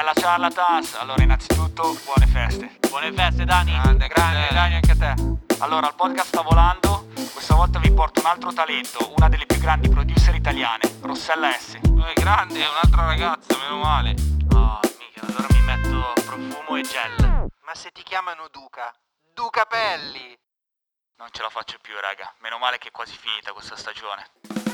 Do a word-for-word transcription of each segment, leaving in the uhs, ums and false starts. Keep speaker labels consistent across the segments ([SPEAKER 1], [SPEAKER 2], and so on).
[SPEAKER 1] Bella Charlatans, allora innanzitutto buone feste.
[SPEAKER 2] Buone feste Dani.
[SPEAKER 1] Grande, grande Dani, anche a te. Allora, il podcast sta volando, questa volta vi porto un altro talento, una delle più grandi producer italiane, Rossella S.
[SPEAKER 2] Oh, è grande, è un'altra ragazza, meno male. Oh, mica, allora mi metto profumo e gel.
[SPEAKER 3] Ma se ti chiamano Duca, Duca Pelli.
[SPEAKER 1] Non ce la faccio più, raga, meno male che è quasi finita questa stagione.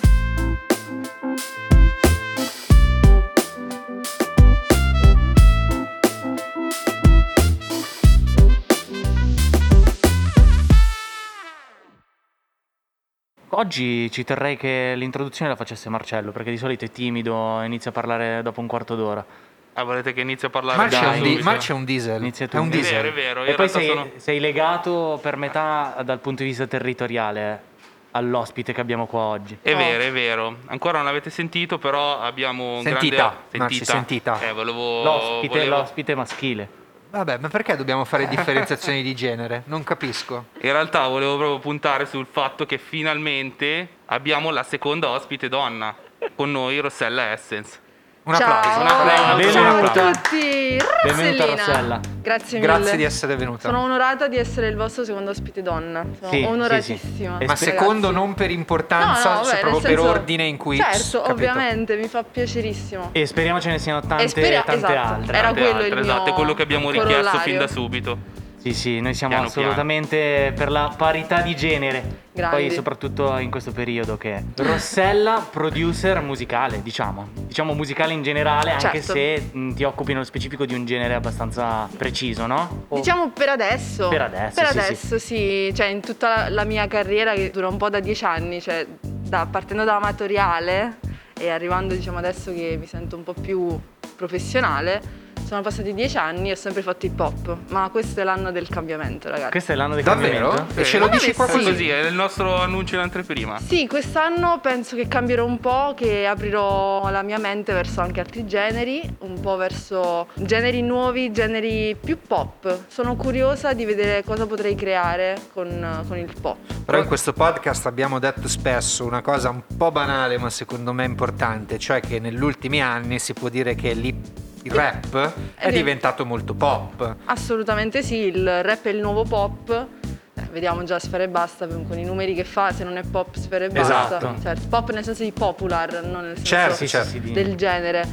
[SPEAKER 1] Oggi ci terrei che l'introduzione la facesse Marcello, perché di solito è timido e inizia a parlare dopo un quarto d'ora.
[SPEAKER 2] Ah, volete che inizi a parlare?
[SPEAKER 3] Marcia è,
[SPEAKER 2] da
[SPEAKER 3] un di-
[SPEAKER 2] subito?
[SPEAKER 3] Marcia è un diesel.
[SPEAKER 1] Inizia tu.
[SPEAKER 3] È un
[SPEAKER 2] È
[SPEAKER 3] diesel.
[SPEAKER 2] vero, è vero.
[SPEAKER 1] E
[SPEAKER 2] in
[SPEAKER 1] poi
[SPEAKER 2] realtà
[SPEAKER 1] sei,
[SPEAKER 2] sono...
[SPEAKER 1] sei legato per metà dal punto di vista territoriale all'ospite che abbiamo qua oggi.
[SPEAKER 2] È vero, è vero. Ancora non l'avete sentito, però abbiamo un
[SPEAKER 3] Sentita,
[SPEAKER 2] grande...
[SPEAKER 3] Marci, sentita.
[SPEAKER 2] Eh, volevo...
[SPEAKER 1] L'ospite,
[SPEAKER 2] volevo-
[SPEAKER 1] l'ospite maschile.
[SPEAKER 3] Vabbè, ma perché dobbiamo fare differenziazioni di genere? Non capisco.
[SPEAKER 2] In realtà volevo proprio puntare sul fatto che finalmente abbiamo la seconda ospite donna con noi, Rossella Essence.
[SPEAKER 3] Un
[SPEAKER 4] Ciao.
[SPEAKER 3] applauso.
[SPEAKER 2] Un applauso.
[SPEAKER 4] Ciao a
[SPEAKER 1] Benvenuta.
[SPEAKER 4] tutti,
[SPEAKER 1] Benvenuta,
[SPEAKER 4] Rossellina.
[SPEAKER 1] Rossella.
[SPEAKER 4] Grazie mille.
[SPEAKER 3] Grazie di essere venuta.
[SPEAKER 4] Sono onorata di essere il vostro secondo ospite donna. Sono
[SPEAKER 1] Sì,
[SPEAKER 4] onoratissima.
[SPEAKER 1] sì, sì.
[SPEAKER 3] Ma
[SPEAKER 1] Ragazzi.
[SPEAKER 3] secondo non per importanza,
[SPEAKER 4] No, no,
[SPEAKER 3] cioè
[SPEAKER 4] vabbè,
[SPEAKER 3] proprio
[SPEAKER 4] nel
[SPEAKER 3] per
[SPEAKER 4] senso-
[SPEAKER 3] ordine in cui...
[SPEAKER 4] Certo,
[SPEAKER 3] capito?
[SPEAKER 4] ovviamente, mi fa piacerissimo.
[SPEAKER 1] E speriamo ce ne siano tante,
[SPEAKER 4] E spera-
[SPEAKER 1] tante
[SPEAKER 4] esatto.
[SPEAKER 1] altre.
[SPEAKER 4] Era
[SPEAKER 2] Tante
[SPEAKER 4] quello
[SPEAKER 2] altre,
[SPEAKER 4] il mio
[SPEAKER 2] esatto, è quello che abbiamo richiesto
[SPEAKER 4] corollario.
[SPEAKER 2] fin da subito.
[SPEAKER 1] Sì, sì, noi siamo
[SPEAKER 2] Piano,
[SPEAKER 1] assolutamente per la parità di genere.
[SPEAKER 4] Grandi.
[SPEAKER 1] Poi soprattutto in questo periodo che Rossella, producer musicale, diciamo. Diciamo musicale in generale, anche
[SPEAKER 4] Certo.
[SPEAKER 1] se mh, ti occupi nello specifico di un genere abbastanza preciso, no? O-
[SPEAKER 4] Diciamo per adesso.
[SPEAKER 1] Per adesso,
[SPEAKER 4] Per
[SPEAKER 1] sì,
[SPEAKER 4] adesso, sì. Cioè, in tutta la, la mia carriera, che dura un po' da dieci anni, cioè, da- partendo da amatoriale e arrivando, diciamo, adesso che mi sento un po' più professionale, sono passati dieci anni e ho sempre fatto hip hop. Ma questo è l'anno del cambiamento, ragazzi.
[SPEAKER 1] Questo è l'anno del
[SPEAKER 3] Davvero?
[SPEAKER 1] cambiamento?
[SPEAKER 3] E ce lo
[SPEAKER 4] Ma
[SPEAKER 3] dici qua
[SPEAKER 4] sì.
[SPEAKER 3] così?
[SPEAKER 2] Così, è il nostro annuncio in anteprima.
[SPEAKER 4] Sì, quest'anno penso che cambierò un po', che aprirò la mia mente verso anche altri generi, un po' verso generi nuovi, generi più pop. Sono curiosa di vedere cosa potrei creare con, con il pop.
[SPEAKER 3] Però in questo podcast abbiamo detto spesso una cosa un po' banale ma secondo me importante, cioè che negli ultimi anni si può dire che l'hip- il rap è
[SPEAKER 4] Ed è-
[SPEAKER 3] diventato molto pop.
[SPEAKER 4] Assolutamente sì, il rap è il nuovo pop. Eh, vediamo già Sfera Ebbasta con i numeri che fa, se non è pop Sfera Ebbasta.
[SPEAKER 3] Esatto.
[SPEAKER 4] Certo, pop nel senso di popular, non nel senso
[SPEAKER 3] Certo,
[SPEAKER 1] Sì,
[SPEAKER 3] certo.
[SPEAKER 1] sì, sì, di-
[SPEAKER 4] del genere.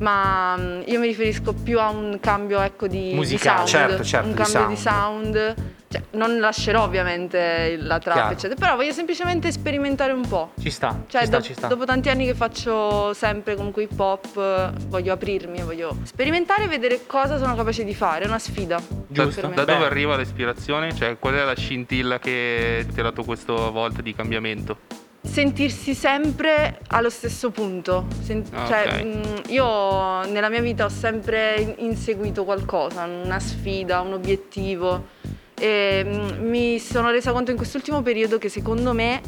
[SPEAKER 4] Ma mm, io mi riferisco più a un cambio, ecco, di, di
[SPEAKER 1] Musicale.
[SPEAKER 4] sound,
[SPEAKER 3] Certo, certo,
[SPEAKER 4] un
[SPEAKER 3] di
[SPEAKER 4] cambio di
[SPEAKER 3] sound.
[SPEAKER 4] sound. Cioè, non lascerò ovviamente la trap,
[SPEAKER 3] Chiaro.
[SPEAKER 4] eccetera, però voglio semplicemente sperimentare un po'.
[SPEAKER 1] Ci sta,
[SPEAKER 4] Cioè,
[SPEAKER 1] ci sta,
[SPEAKER 4] do-
[SPEAKER 1] ci sta.
[SPEAKER 4] dopo tanti anni che faccio sempre comunque hip hop, eh, voglio aprirmi, voglio sperimentare e vedere cosa sono capace di fare. È una sfida.
[SPEAKER 1] Giusto.
[SPEAKER 4] per me.
[SPEAKER 2] Da
[SPEAKER 1] Beh.
[SPEAKER 2] dove arriva l'ispirazione? Cioè, qual è la scintilla che ti ha dato questa volta di cambiamento?
[SPEAKER 4] Sentirsi sempre allo stesso punto. Sen-
[SPEAKER 2] Ah,
[SPEAKER 4] cioè,
[SPEAKER 2] ok.
[SPEAKER 4] mh, io nella mia vita ho sempre in- inseguito qualcosa, una sfida, un obiettivo. E mh, mi sono resa conto in quest'ultimo periodo che secondo me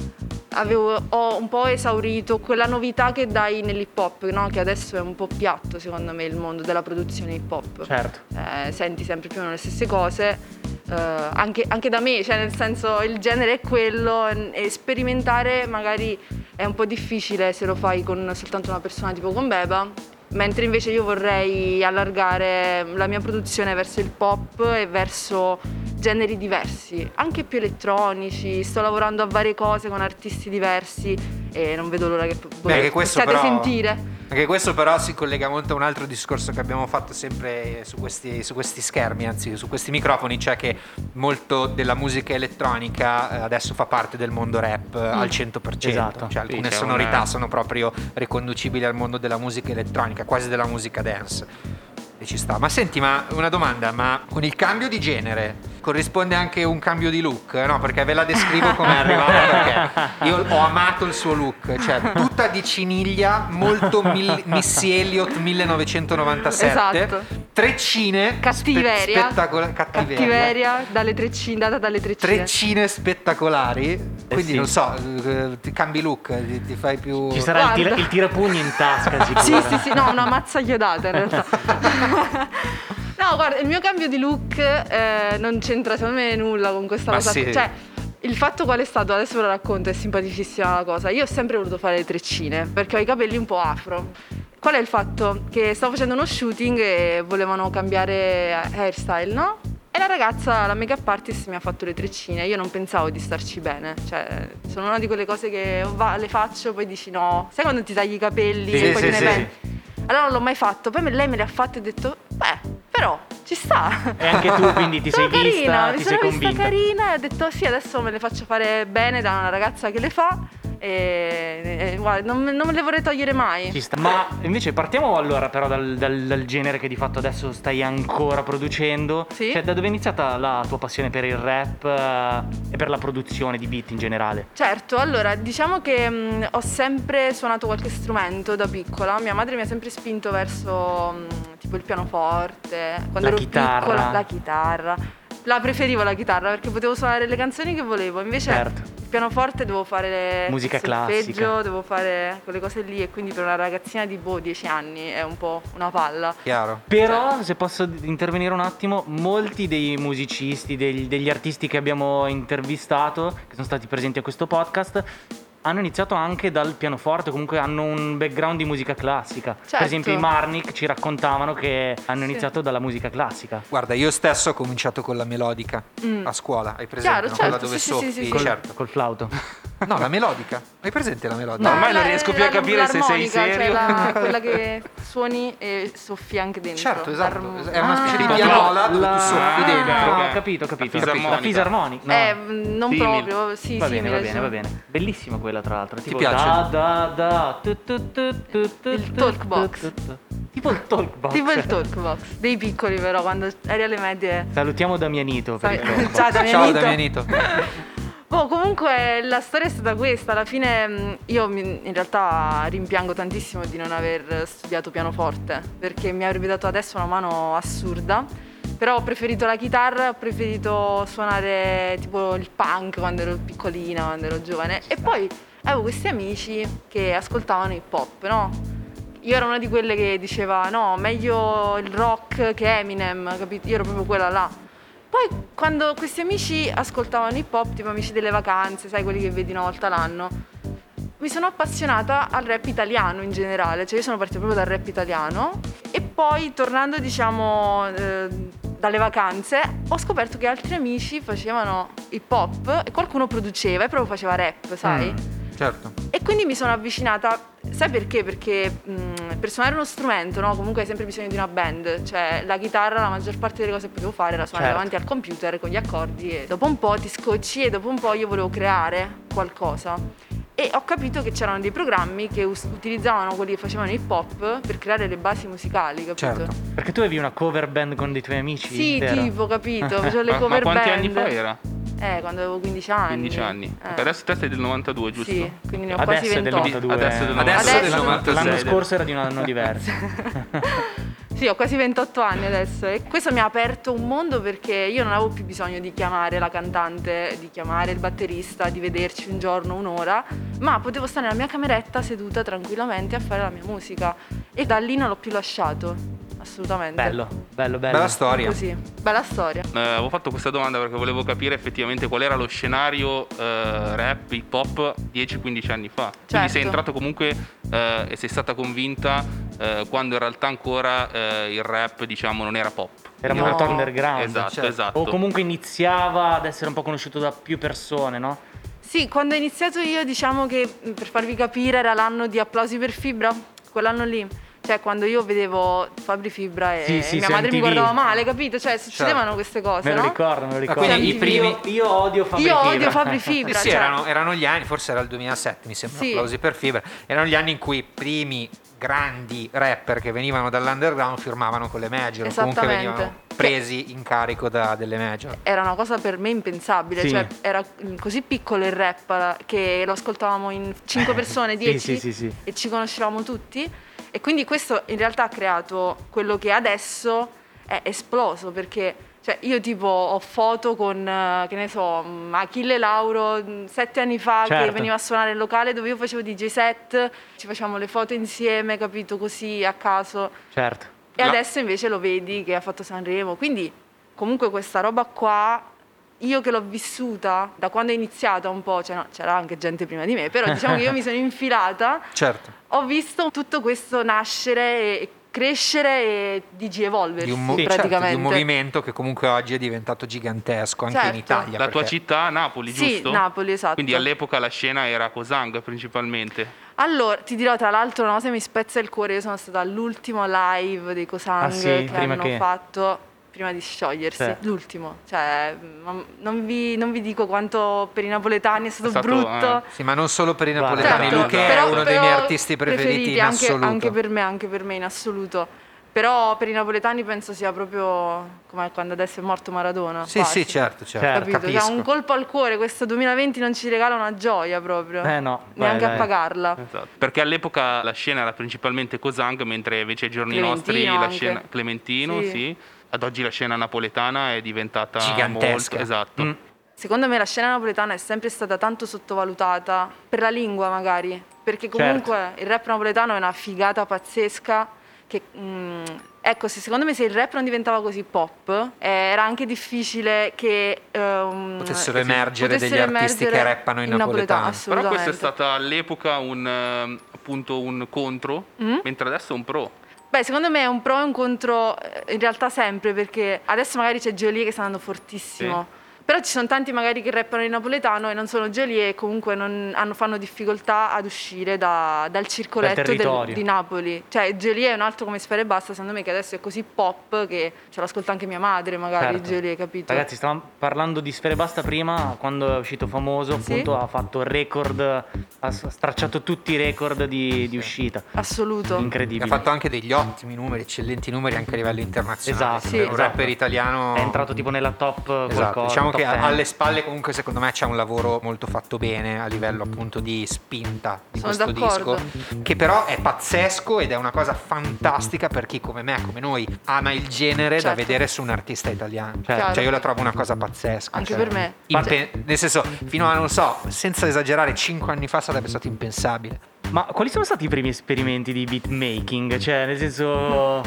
[SPEAKER 4] avevo, ho un po' esaurito quella novità che dai nell'hip hop, no? Che adesso è un po' piatto secondo me il mondo della produzione hip hop.
[SPEAKER 1] Certo.
[SPEAKER 4] Eh, senti sempre più o meno le stesse cose, eh, anche, anche da me, cioè nel senso il genere è quello e, e sperimentare magari è un po' difficile se lo fai con soltanto una persona tipo con Beba, mentre invece io vorrei allargare la mia produzione verso il pop e verso generi diversi, anche più elettronici. Sto lavorando a varie cose con artisti diversi e non vedo l'ora che
[SPEAKER 3] Beh, che questo
[SPEAKER 4] possiate
[SPEAKER 3] però-
[SPEAKER 4] sentire.
[SPEAKER 3] Anche questo però si collega molto a un altro discorso che abbiamo fatto sempre su questi, su questi schermi, anzi su questi microfoni, cioè che molto della musica elettronica eh, adesso fa parte del mondo rap eh, al cento per cento,
[SPEAKER 1] Esatto.
[SPEAKER 3] cioè alcune
[SPEAKER 2] Sì, c'è
[SPEAKER 3] sonorità
[SPEAKER 2] una-
[SPEAKER 3] sono proprio riconducibili al mondo della musica elettronica, quasi della musica dance. E ci sta. Ma senti, ma una domanda, ma con il cambio di genere corrisponde anche un cambio di look? No, perché ve la descrivo come è arrivata, perché io ho amato il suo look, cioè tutta di ciniglia, molto mil- Missy Elliott millenovecentonovantasette,
[SPEAKER 4] Esatto.
[SPEAKER 3] treccine
[SPEAKER 4] Cattiveria.
[SPEAKER 3] spe- spettacola- cattiveria.
[SPEAKER 4] Cattiveria, dalle treccine, data dalle treccine.
[SPEAKER 3] Treccine spettacolari, quindi
[SPEAKER 1] sì.
[SPEAKER 3] non so, eh, ti cambi look, ti, ti fai più...
[SPEAKER 1] Ci sarà il, tira-
[SPEAKER 4] Guarda.
[SPEAKER 1] il tirapugni in tasca sicuro.
[SPEAKER 4] Sì, sì, sì, no, una mazza chiodata in realtà. No, guarda, il mio cambio di look eh, non c'entra secondo me nulla con questa
[SPEAKER 3] Ma
[SPEAKER 4] cosa.
[SPEAKER 3] sì.
[SPEAKER 4] Cioè, il fatto qual è stato, adesso ve lo racconto, è simpaticissima la cosa. Io ho sempre voluto fare le treccine perché ho i capelli un po' afro. qual è il fatto? Che stavo facendo uno shooting e volevano cambiare hairstyle, no? E la ragazza, la make-up artist, mi ha fatto le treccine. Io non pensavo di starci bene. Cioè, sono una di quelle cose che va, le faccio, poi dici no. Sai quando ti tagli i capelli
[SPEAKER 3] Sì,
[SPEAKER 4] e poi
[SPEAKER 3] sì,
[SPEAKER 4] te ne
[SPEAKER 3] sì,
[SPEAKER 4] pensi? Allora non l'ho mai fatto. Poi lei me le ha fatte e ho detto, beh, però ci sta.
[SPEAKER 5] E anche tu quindi ti sei
[SPEAKER 4] Sono carina,
[SPEAKER 5] vista,
[SPEAKER 4] mi
[SPEAKER 5] ti
[SPEAKER 4] sono
[SPEAKER 5] sei
[SPEAKER 4] vista
[SPEAKER 5] convinta.
[SPEAKER 4] carina e ho detto sì, adesso me le faccio fare bene da una ragazza che le fa. E, e guarda, non, me- non me le vorrei togliere mai.
[SPEAKER 5] Ci sta. Ma invece partiamo allora però dal, dal- dal genere che di fatto adesso stai ancora producendo.
[SPEAKER 4] Sì.
[SPEAKER 5] Cioè, da dove è iniziata la tua passione per il rap eh, e per la produzione di beat in generale?
[SPEAKER 4] Certo, allora diciamo che mh, ho sempre suonato qualche strumento da piccola. Mia madre mi ha sempre spinto verso mh, tipo il pianoforte. Quando
[SPEAKER 5] La
[SPEAKER 4] ero
[SPEAKER 5] chitarra.
[SPEAKER 4] piccola, la chitarra. La preferivo la chitarra perché potevo suonare le canzoni che volevo. Invece
[SPEAKER 5] Certo.
[SPEAKER 4] il pianoforte devo fare
[SPEAKER 5] Musica
[SPEAKER 4] il solfeggio,
[SPEAKER 5] classica.
[SPEAKER 4] devo fare quelle cose lì e quindi per una ragazzina di boh dieci anni è un po' una palla.
[SPEAKER 3] Chiaro.
[SPEAKER 5] Però, se posso intervenire un attimo, molti dei musicisti, degli, degli artisti che abbiamo intervistato, che sono stati presenti a questo podcast, hanno iniziato anche dal pianoforte, comunque hanno un background di musica classica. Per
[SPEAKER 4] Certo.
[SPEAKER 5] esempio i Marnik ci raccontavano che hanno
[SPEAKER 4] Sì.
[SPEAKER 5] iniziato dalla musica classica.
[SPEAKER 3] Guarda, io stesso ho cominciato con la melodica
[SPEAKER 4] Mm.
[SPEAKER 3] a scuola, hai presente?
[SPEAKER 4] Chiaro,
[SPEAKER 3] no?
[SPEAKER 4] certo,
[SPEAKER 3] Quella dove
[SPEAKER 4] sì, sì,
[SPEAKER 3] soffi,
[SPEAKER 4] sì, sì,
[SPEAKER 5] Col,
[SPEAKER 3] certo.
[SPEAKER 5] col flauto.
[SPEAKER 3] No, la melodica. Hai presente la melodica?
[SPEAKER 2] No, ormai non
[SPEAKER 4] la-
[SPEAKER 2] riesco più a
[SPEAKER 4] la-
[SPEAKER 2] capire se sei
[SPEAKER 4] l'armonica,
[SPEAKER 2] serio.
[SPEAKER 4] Cioè la- quella che suoni e soffi anche dentro.
[SPEAKER 3] Certo, esatto.
[SPEAKER 4] L'arm-
[SPEAKER 3] È una specie di
[SPEAKER 5] Ah,
[SPEAKER 3] pianola dove
[SPEAKER 5] la-
[SPEAKER 3] tu soffi
[SPEAKER 5] Ah,
[SPEAKER 3] dentro.
[SPEAKER 5] Ho capito, ho capito.
[SPEAKER 2] La fisarmonica.
[SPEAKER 5] La fisarmonica. No.
[SPEAKER 4] Eh, mh, non
[SPEAKER 2] Simil.
[SPEAKER 4] proprio, sì,
[SPEAKER 5] va
[SPEAKER 4] sì,
[SPEAKER 5] bene,
[SPEAKER 4] mi
[SPEAKER 5] va
[SPEAKER 4] piace.
[SPEAKER 5] bene, va bene. Bellissima quella tra l'altro. Tipo
[SPEAKER 3] piace?
[SPEAKER 5] Da, da, da, tu, tu, tu, tu, tu,
[SPEAKER 4] Il
[SPEAKER 5] tu,
[SPEAKER 4] talk
[SPEAKER 5] tu,
[SPEAKER 4] box.
[SPEAKER 5] tu, tu. Tipo il talk box.
[SPEAKER 4] Tipo il talk box. Dei piccoli però, quando eri alle medie.
[SPEAKER 5] Salutiamo Damianito per il
[SPEAKER 4] Sai-
[SPEAKER 5] talk box.
[SPEAKER 4] Ciao
[SPEAKER 3] Ciao
[SPEAKER 4] Damianito.
[SPEAKER 3] Damianito.
[SPEAKER 4] Boh, comunque la storia è stata questa. Alla fine mh, io mi- in realtà rimpiango tantissimo di non aver studiato pianoforte, perché mi avrebbe dato adesso una mano assurda. Però ho preferito la chitarra, ho preferito suonare tipo il punk quando ero piccolina, quando ero giovane. E poi avevo questi amici che ascoltavano hip hop, no? Io ero una di quelle che diceva no, meglio il rock che Eminem, capito? Io ero proprio quella là. Poi quando questi amici ascoltavano hip hop, tipo amici delle vacanze, sai, quelli che vedi una volta l'anno, mi sono appassionata al rap italiano in generale, cioè io sono partita proprio dal rap italiano e poi tornando diciamo eh, dalle vacanze ho scoperto che altri amici facevano hip hop e qualcuno produceva e proprio faceva rap, sai?
[SPEAKER 3] Mm, certo.
[SPEAKER 4] E quindi mi sono avvicinata, sai perché? Perché mh, per suonare uno strumento, no? Comunque hai sempre bisogno di una band, cioè la chitarra, la maggior parte delle cose che potevo fare era suonare
[SPEAKER 5] Certo.
[SPEAKER 4] davanti al computer con gli accordi e dopo un po' ti scocci e dopo un po' io volevo creare qualcosa. E ho capito che c'erano dei programmi che us- utilizzavano quelli che facevano hip hop per creare le basi musicali, capito?
[SPEAKER 3] Certo.
[SPEAKER 5] Perché tu avevi una cover band con dei tuoi amici?
[SPEAKER 4] Sì,
[SPEAKER 5] vero?
[SPEAKER 4] tipo, capito? Facevo le
[SPEAKER 2] Ma,
[SPEAKER 4] cover
[SPEAKER 2] ma quanti
[SPEAKER 4] band.
[SPEAKER 2] anni fa era?
[SPEAKER 4] Eh, quando avevo quindici anni.
[SPEAKER 2] quindici anni.
[SPEAKER 4] Eh.
[SPEAKER 2] Perché adesso te sei del novantadue, giusto?
[SPEAKER 4] Sì, quindi ne ho
[SPEAKER 5] Adesso
[SPEAKER 4] quasi
[SPEAKER 5] è del
[SPEAKER 4] ventotto.
[SPEAKER 5] novantadue.
[SPEAKER 2] Adesso è del
[SPEAKER 3] Adesso
[SPEAKER 4] è del
[SPEAKER 5] L'anno-
[SPEAKER 3] novantasei.
[SPEAKER 5] L'anno scorso era di un anno diverso.
[SPEAKER 4] Sì, ho quasi ventotto anni adesso e questo mi ha aperto un mondo perché io non avevo più bisogno di chiamare la cantante, di chiamare il batterista, di vederci un giorno, un'ora, ma potevo stare nella mia cameretta seduta tranquillamente a fare la mia musica e da lì non l'ho più lasciato, assolutamente.
[SPEAKER 5] Bello, bello, bello.
[SPEAKER 3] Bella storia.
[SPEAKER 4] Così, bella storia.
[SPEAKER 2] Eh, avevo fatto questa domanda perché volevo capire effettivamente qual era lo scenario eh, rap, hip hop dieci quindici anni fa. Quindi
[SPEAKER 4] Certo.
[SPEAKER 2] sei entrato comunque eh, e sei stata convinta eh, quando in realtà ancora eh, il rap diciamo non era pop.
[SPEAKER 5] Era
[SPEAKER 4] No.
[SPEAKER 5] molto underground.
[SPEAKER 2] Esatto,
[SPEAKER 3] certo.
[SPEAKER 2] esatto.
[SPEAKER 5] O comunque iniziava ad essere un po' conosciuto da più persone, no?
[SPEAKER 4] Sì, quando ho iniziato io diciamo che per farvi capire era l'anno di Applausi per Fibra, quell'anno lì. Cioè quando io vedevo Fabri Fibra e,
[SPEAKER 5] Sì, sì,
[SPEAKER 4] e mia
[SPEAKER 5] su
[SPEAKER 4] madre mi
[SPEAKER 5] M T V.
[SPEAKER 4] guardava male, capito? Cioè succedevano
[SPEAKER 3] Certo.
[SPEAKER 4] queste cose,
[SPEAKER 5] Me lo
[SPEAKER 4] no?
[SPEAKER 5] ricordo, me lo ricordo.
[SPEAKER 3] quindi
[SPEAKER 4] i primi-
[SPEAKER 5] Io, io odio Fabri
[SPEAKER 4] Io
[SPEAKER 5] Fibra.
[SPEAKER 4] odio Fabri
[SPEAKER 3] Sì,
[SPEAKER 4] Fibra.
[SPEAKER 3] sì,
[SPEAKER 4] cioè-
[SPEAKER 3] erano, erano gli anni, forse era il duemilasette, mi sembra,
[SPEAKER 4] Sì.
[SPEAKER 3] applausi per Fibra. Erano gli anni in cui i primi grandi rapper che venivano dall'underground firmavano con le major, o comunque
[SPEAKER 4] Esattamente.
[SPEAKER 3] venivano presi in carico da delle major.
[SPEAKER 4] Era una cosa per me impensabile,
[SPEAKER 5] Sì.
[SPEAKER 4] cioè era così piccolo il rap che lo ascoltavamo in cinque persone,
[SPEAKER 5] Sì,
[SPEAKER 4] dieci
[SPEAKER 5] sì, sì, sì.
[SPEAKER 4] e ci conoscevamo tutti e quindi questo in realtà ha creato quello che adesso è esploso perché cioè io tipo ho foto con, eh, che ne so, mm, Achille Lauro mm, sette anni fa che
[SPEAKER 5] Certo.
[SPEAKER 4] veniva a suonare il locale dove io facevo D J set, ci facevamo le foto insieme, capito, così a caso.
[SPEAKER 5] Certo.
[SPEAKER 4] E
[SPEAKER 2] La-
[SPEAKER 4] adesso invece lo vedi che ha fatto Sanremo, quindi comunque questa roba qua io che l'ho vissuta da quando è iniziata un po', cioè no, c'era anche gente prima di me, però diciamo che io mi sono infilata,
[SPEAKER 3] Certo.
[SPEAKER 4] ho visto tutto questo nascere e crescere e digievolversi
[SPEAKER 3] Di un, mo-
[SPEAKER 4] praticamente.
[SPEAKER 3] certo, di un movimento che comunque oggi è diventato gigantesco anche in
[SPEAKER 4] Certo.
[SPEAKER 3] Italia.
[SPEAKER 2] La tua
[SPEAKER 3] perché-
[SPEAKER 2] città, Napoli,
[SPEAKER 4] Sì,
[SPEAKER 2] giusto?
[SPEAKER 4] Napoli, esatto.
[SPEAKER 2] Quindi all'epoca la scena era Cosang principalmente.
[SPEAKER 4] Allora, ti dirò tra l'altro una cosa che mi spezza il cuore, io sono stata all'ultimo live dei Cosang
[SPEAKER 5] Ah, sì?
[SPEAKER 4] che
[SPEAKER 5] Prima
[SPEAKER 4] hanno
[SPEAKER 5] che-
[SPEAKER 4] fatto prima di sciogliersi,
[SPEAKER 5] Sì.
[SPEAKER 4] l'ultimo, cioè ma- non vi, non vi dico quanto per i napoletani è stato,
[SPEAKER 2] È stato,
[SPEAKER 4] brutto.
[SPEAKER 2] eh,
[SPEAKER 3] Sì, ma non solo per i
[SPEAKER 5] Guarda,
[SPEAKER 3] napoletani,
[SPEAKER 2] certo,
[SPEAKER 3] Luca è
[SPEAKER 2] però-
[SPEAKER 3] uno dei
[SPEAKER 4] però
[SPEAKER 3] miei artisti preferiti, in
[SPEAKER 4] anche,
[SPEAKER 3] assoluto.
[SPEAKER 4] anche per me, anche per me in assoluto. Però per i napoletani penso sia proprio come quando adesso è morto Maradona.
[SPEAKER 3] Sì,
[SPEAKER 4] quasi.
[SPEAKER 3] sì, certo, certo,
[SPEAKER 5] Certo.
[SPEAKER 4] Capito?
[SPEAKER 3] capisco.
[SPEAKER 4] Cioè, un colpo al cuore, questo duemilaventi non ci regala una gioia proprio.
[SPEAKER 5] Eh, no,
[SPEAKER 4] Neanche
[SPEAKER 5] vai,
[SPEAKER 4] a
[SPEAKER 5] vai.
[SPEAKER 4] pagarla.
[SPEAKER 2] Esatto. Perché all'epoca la scena era principalmente Cosang, mentre invece ai giorni nostri
[SPEAKER 4] Clementino
[SPEAKER 2] la
[SPEAKER 4] anche.
[SPEAKER 2] scena Clementino, sì.
[SPEAKER 4] Sì.
[SPEAKER 2] Ad oggi la scena napoletana è diventata
[SPEAKER 3] Gigantesca.
[SPEAKER 2] molto, esatto.
[SPEAKER 5] Mm.
[SPEAKER 4] Secondo me la scena napoletana è sempre stata tanto sottovalutata per la lingua magari, perché comunque il rap napoletano è una figata pazzesca che, mm, ecco, se secondo me se il rap non diventava così pop eh, era anche difficile che ehm,
[SPEAKER 3] Potessero
[SPEAKER 4] eh,
[SPEAKER 3] emergere
[SPEAKER 4] potessero
[SPEAKER 3] degli artisti
[SPEAKER 4] emergere
[SPEAKER 3] che rappano in napoletano.
[SPEAKER 2] Però
[SPEAKER 4] assolutamente.
[SPEAKER 2] questo è stato all'epoca un ehm, appunto un contro,
[SPEAKER 4] Mm?
[SPEAKER 2] mentre adesso è un pro.
[SPEAKER 4] Beh, secondo me è un pro e un contro eh, in realtà sempre, perché adesso magari c'è Geolier che sta andando fortissimo. Però ci sono tanti magari che rappano in napoletano e non sono Geolier e comunque non hanno, fanno difficoltà ad uscire da- dal circoletto del-
[SPEAKER 5] territorio.
[SPEAKER 4] di Napoli. Cioè Geolier è un altro come Sfera Ebbasta, secondo me, che adesso è così pop che ce l'ascolta anche mia madre magari,
[SPEAKER 5] Certo.
[SPEAKER 4] Geolier, capito?
[SPEAKER 5] Ragazzi, stavamo parlando di Sfere Basta prima, quando è uscito famoso,
[SPEAKER 4] Sì.
[SPEAKER 5] appunto ha fatto il record, ha s- stracciato tutti i record di, di uscita.
[SPEAKER 4] Assoluto.
[SPEAKER 5] Incredibile.
[SPEAKER 3] Ha fatto anche degli ottimi numeri, eccellenti numeri anche a livello internazionale.
[SPEAKER 5] Esatto,
[SPEAKER 4] Sì.
[SPEAKER 3] Un
[SPEAKER 5] esatto.
[SPEAKER 3] rapper italiano
[SPEAKER 5] È entrato tipo nella top
[SPEAKER 3] Esatto,
[SPEAKER 5] qualcosa.
[SPEAKER 3] diciamo
[SPEAKER 5] top
[SPEAKER 3] che
[SPEAKER 5] ten.
[SPEAKER 3] alle spalle comunque secondo me c'è un lavoro molto fatto bene a livello appunto di spinta di
[SPEAKER 4] Sono
[SPEAKER 3] questo
[SPEAKER 4] d'accordo.
[SPEAKER 3] disco, che però è pazzesco ed è una cosa fantastica per chi come me, come noi, ama il genere da
[SPEAKER 4] Certo.
[SPEAKER 3] vedere su un artista italiano.
[SPEAKER 5] Certo.
[SPEAKER 3] Cioè io la trovo una cosa pazzesca.
[SPEAKER 4] Anche
[SPEAKER 3] cioè,
[SPEAKER 4] per me.
[SPEAKER 3] impe- nel senso, fino a non so, senza esagerare, cinque anni fa sarebbe stato impensabile.
[SPEAKER 5] Ma quali sono stati i primi esperimenti di beatmaking? Cioè, nel senso...